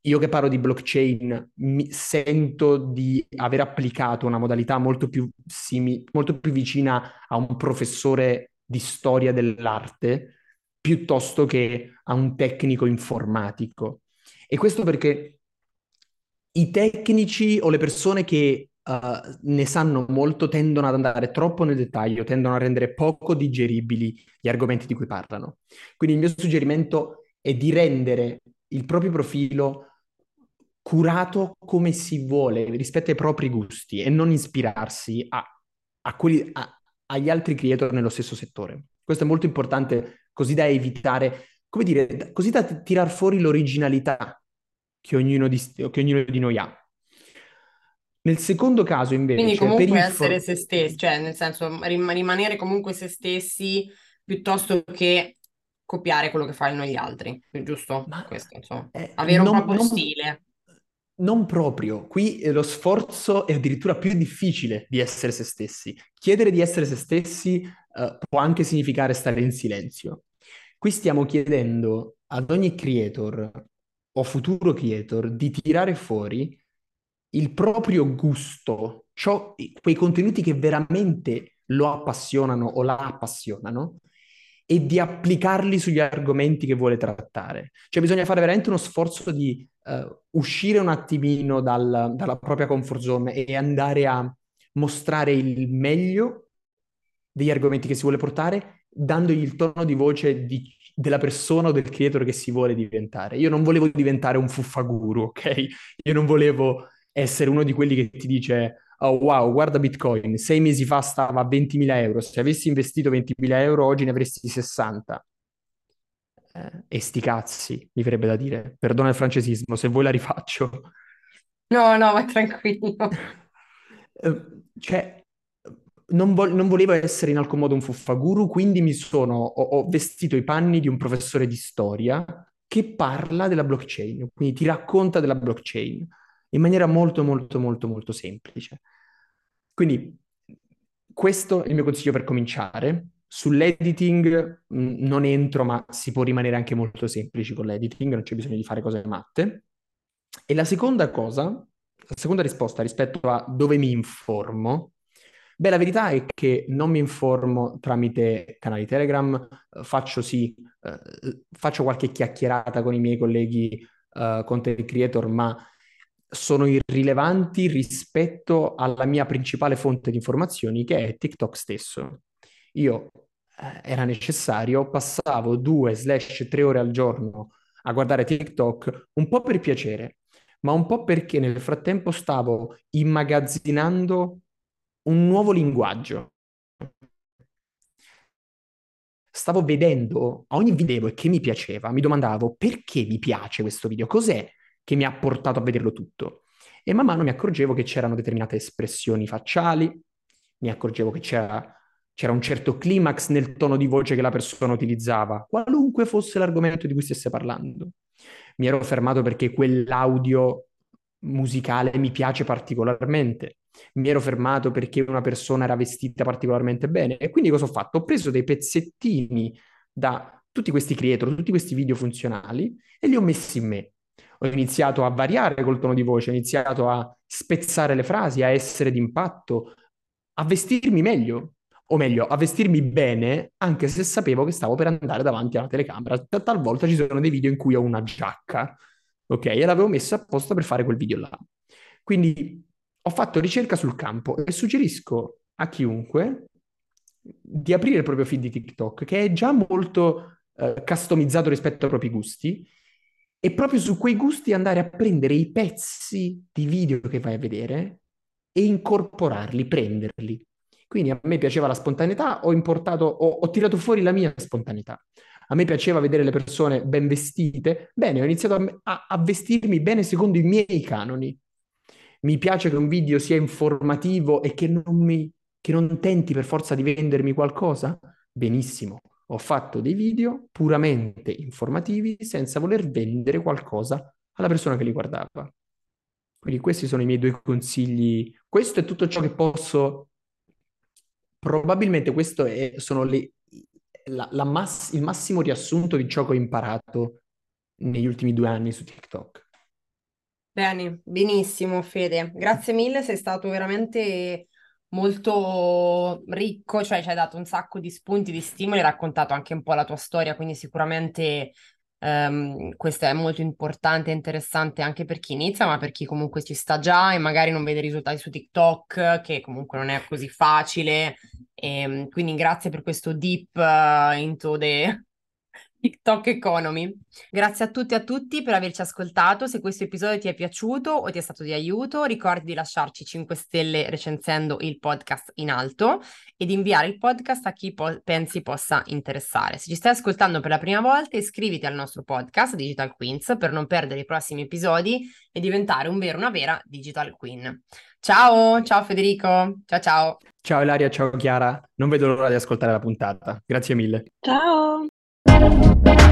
io che parlo di blockchain mi sento di aver applicato una modalità molto più, simi- molto più vicina a un professore di storia dell'arte piuttosto che a un tecnico informatico. E questo perché i tecnici o le persone che eh, ne sanno molto tendono ad andare troppo nel dettaglio, tendono a rendere poco digeribili gli argomenti di cui parlano. Quindi il mio suggerimento è di rendere il proprio profilo curato come si vuole, rispetto ai propri gusti e non ispirarsi a, a quelli, a- agli altri creator nello stesso settore. Questo è molto importante, così da evitare, come dire, così da tirar fuori l'originalità che ognuno di, che ognuno di noi ha. Nel secondo caso, Quindi invece, per comunque essere informare... se stessi, cioè nel senso rim- rimanere comunque se stessi piuttosto che copiare quello che fanno gli altri, giusto? Ma Questo, insomma. eh, Avere un non, proprio non- stile. non proprio. Qui eh, lo sforzo è addirittura più difficile di essere se stessi. Chiedere di essere se stessi eh, può anche significare stare in silenzio. Qui stiamo chiedendo ad ogni creator o futuro creator di tirare fuori il proprio gusto, ciò- quei contenuti che veramente lo appassionano o la appassionano e di applicarli sugli argomenti che vuole trattare. Cioè bisogna fare veramente uno sforzo di eh, uscire un attimino dal- dalla propria comfort zone e andare a mostrare il meglio degli argomenti che si vuole portare, dandogli il tono di voce di- della persona o del creator che si vuole diventare. Io non volevo diventare un fuffaguru, ok? Io non volevo essere uno di quelli che ti dice oh wow, guarda Bitcoin, sei mesi fa stava a ventimila euro, se avessi investito ventimila euro oggi ne avresti sessanta. Eh, e sti cazzi, mi verrebbe da dire. Perdona il francesismo, se vuoi la rifaccio. No, no, vai tranquillo. Eh, cioè, non, vo- non volevo essere in alcun modo un fuffaguru, quindi mi sono, ho, ho vestito i panni di un professore di storia che parla della blockchain, quindi ti racconta della blockchain in maniera molto, molto, molto, molto semplice. Quindi questo è il mio consiglio per cominciare. Sull'editing mh, non entro, ma si può rimanere anche molto semplici con l'editing, non c'è bisogno di fare cose matte. E la seconda cosa, la seconda risposta rispetto a dove mi informo, beh, la verità è che non mi informo tramite canali Telegram, eh, faccio sì, eh, faccio qualche chiacchierata con i miei colleghi eh, content creator, ma sono irrilevanti rispetto alla mia principale fonte di informazioni, che è TikTok stesso. Io eh, era necessario, passavo due slash tre ore al giorno a guardare TikTok, un po' per piacere, ma un po' perché nel frattempo stavo immagazzinando un nuovo linguaggio. Stavo vedendo a ogni video e che mi piaceva, mi domandavo perché mi piace questo video, cos'è che mi ha portato a vederlo tutto. E man mano mi accorgevo che c'erano determinate espressioni facciali, mi accorgevo che c'era, c'era un certo climax nel tono di voce che la persona utilizzava, qualunque fosse l'argomento di cui stesse parlando. Mi ero fermato perché quell'audio musicale mi piace particolarmente. Mi ero fermato perché una persona era vestita particolarmente bene. E quindi cosa ho fatto? Ho preso dei pezzettini da tutti questi creator, tutti questi video funzionali e li ho messi in me. Ho iniziato a variare col tono di voce, ho iniziato a spezzare le frasi, a essere d'impatto, a vestirmi meglio, o meglio, a vestirmi bene, anche se sapevo che stavo per andare davanti alla telecamera. T- Talvolta ci sono dei video in cui ho una giacca, ok? E l'avevo messa apposta per fare quel video là. Quindi ho fatto ricerca sul campo e suggerisco a chiunque di aprire il proprio feed di TikTok, che è già molto eh, customizzato rispetto ai propri gusti, e proprio su quei gusti andare a prendere i pezzi di video che vai a vedere e incorporarli, prenderli. Quindi a me piaceva la spontaneità, ho importato, ho, ho tirato fuori la mia spontaneità. A me piaceva vedere le persone ben vestite. Bene, ho iniziato a, a, a vestirmi bene secondo i miei canoni. Mi piace che un video sia informativo e che non, mi, che non tenti per forza di vendermi qualcosa? Benissimo. Ho fatto dei video puramente informativi senza voler vendere qualcosa alla persona che li guardava. Quindi questi sono i miei due consigli. Questo è tutto ciò che posso. Probabilmente questo è, sono le, la, la mass- il massimo riassunto di ciò che ho imparato negli ultimi due anni su TikTok. Bene, benissimo Fede, grazie mille, sei stato veramente molto ricco, cioè ci hai dato un sacco di spunti, di stimoli, hai raccontato anche un po' la tua storia, quindi sicuramente ehm, questo è molto importante e interessante anche per chi inizia, ma per chi comunque ci sta già e magari non vede risultati su TikTok, che comunque non è così facile. E, quindi grazie per questo deep eh, into the TikTok economy. Grazie a tutti e a tutti per averci ascoltato. Se questo episodio ti è piaciuto o ti è stato di aiuto, ricordi di lasciarci cinque stelle recensendo il podcast in alto e di inviare il podcast a chi po- pensi possa interessare. Se ci stai ascoltando per la prima volta, iscriviti al nostro podcast Digital Queens per non perdere i prossimi episodi e diventare un vero, una vera Digital Queen. Ciao, ciao Federico, ciao ciao. Ciao Ilaria, ciao Chiara, non vedo l'ora di ascoltare la puntata. Grazie mille. Ciao!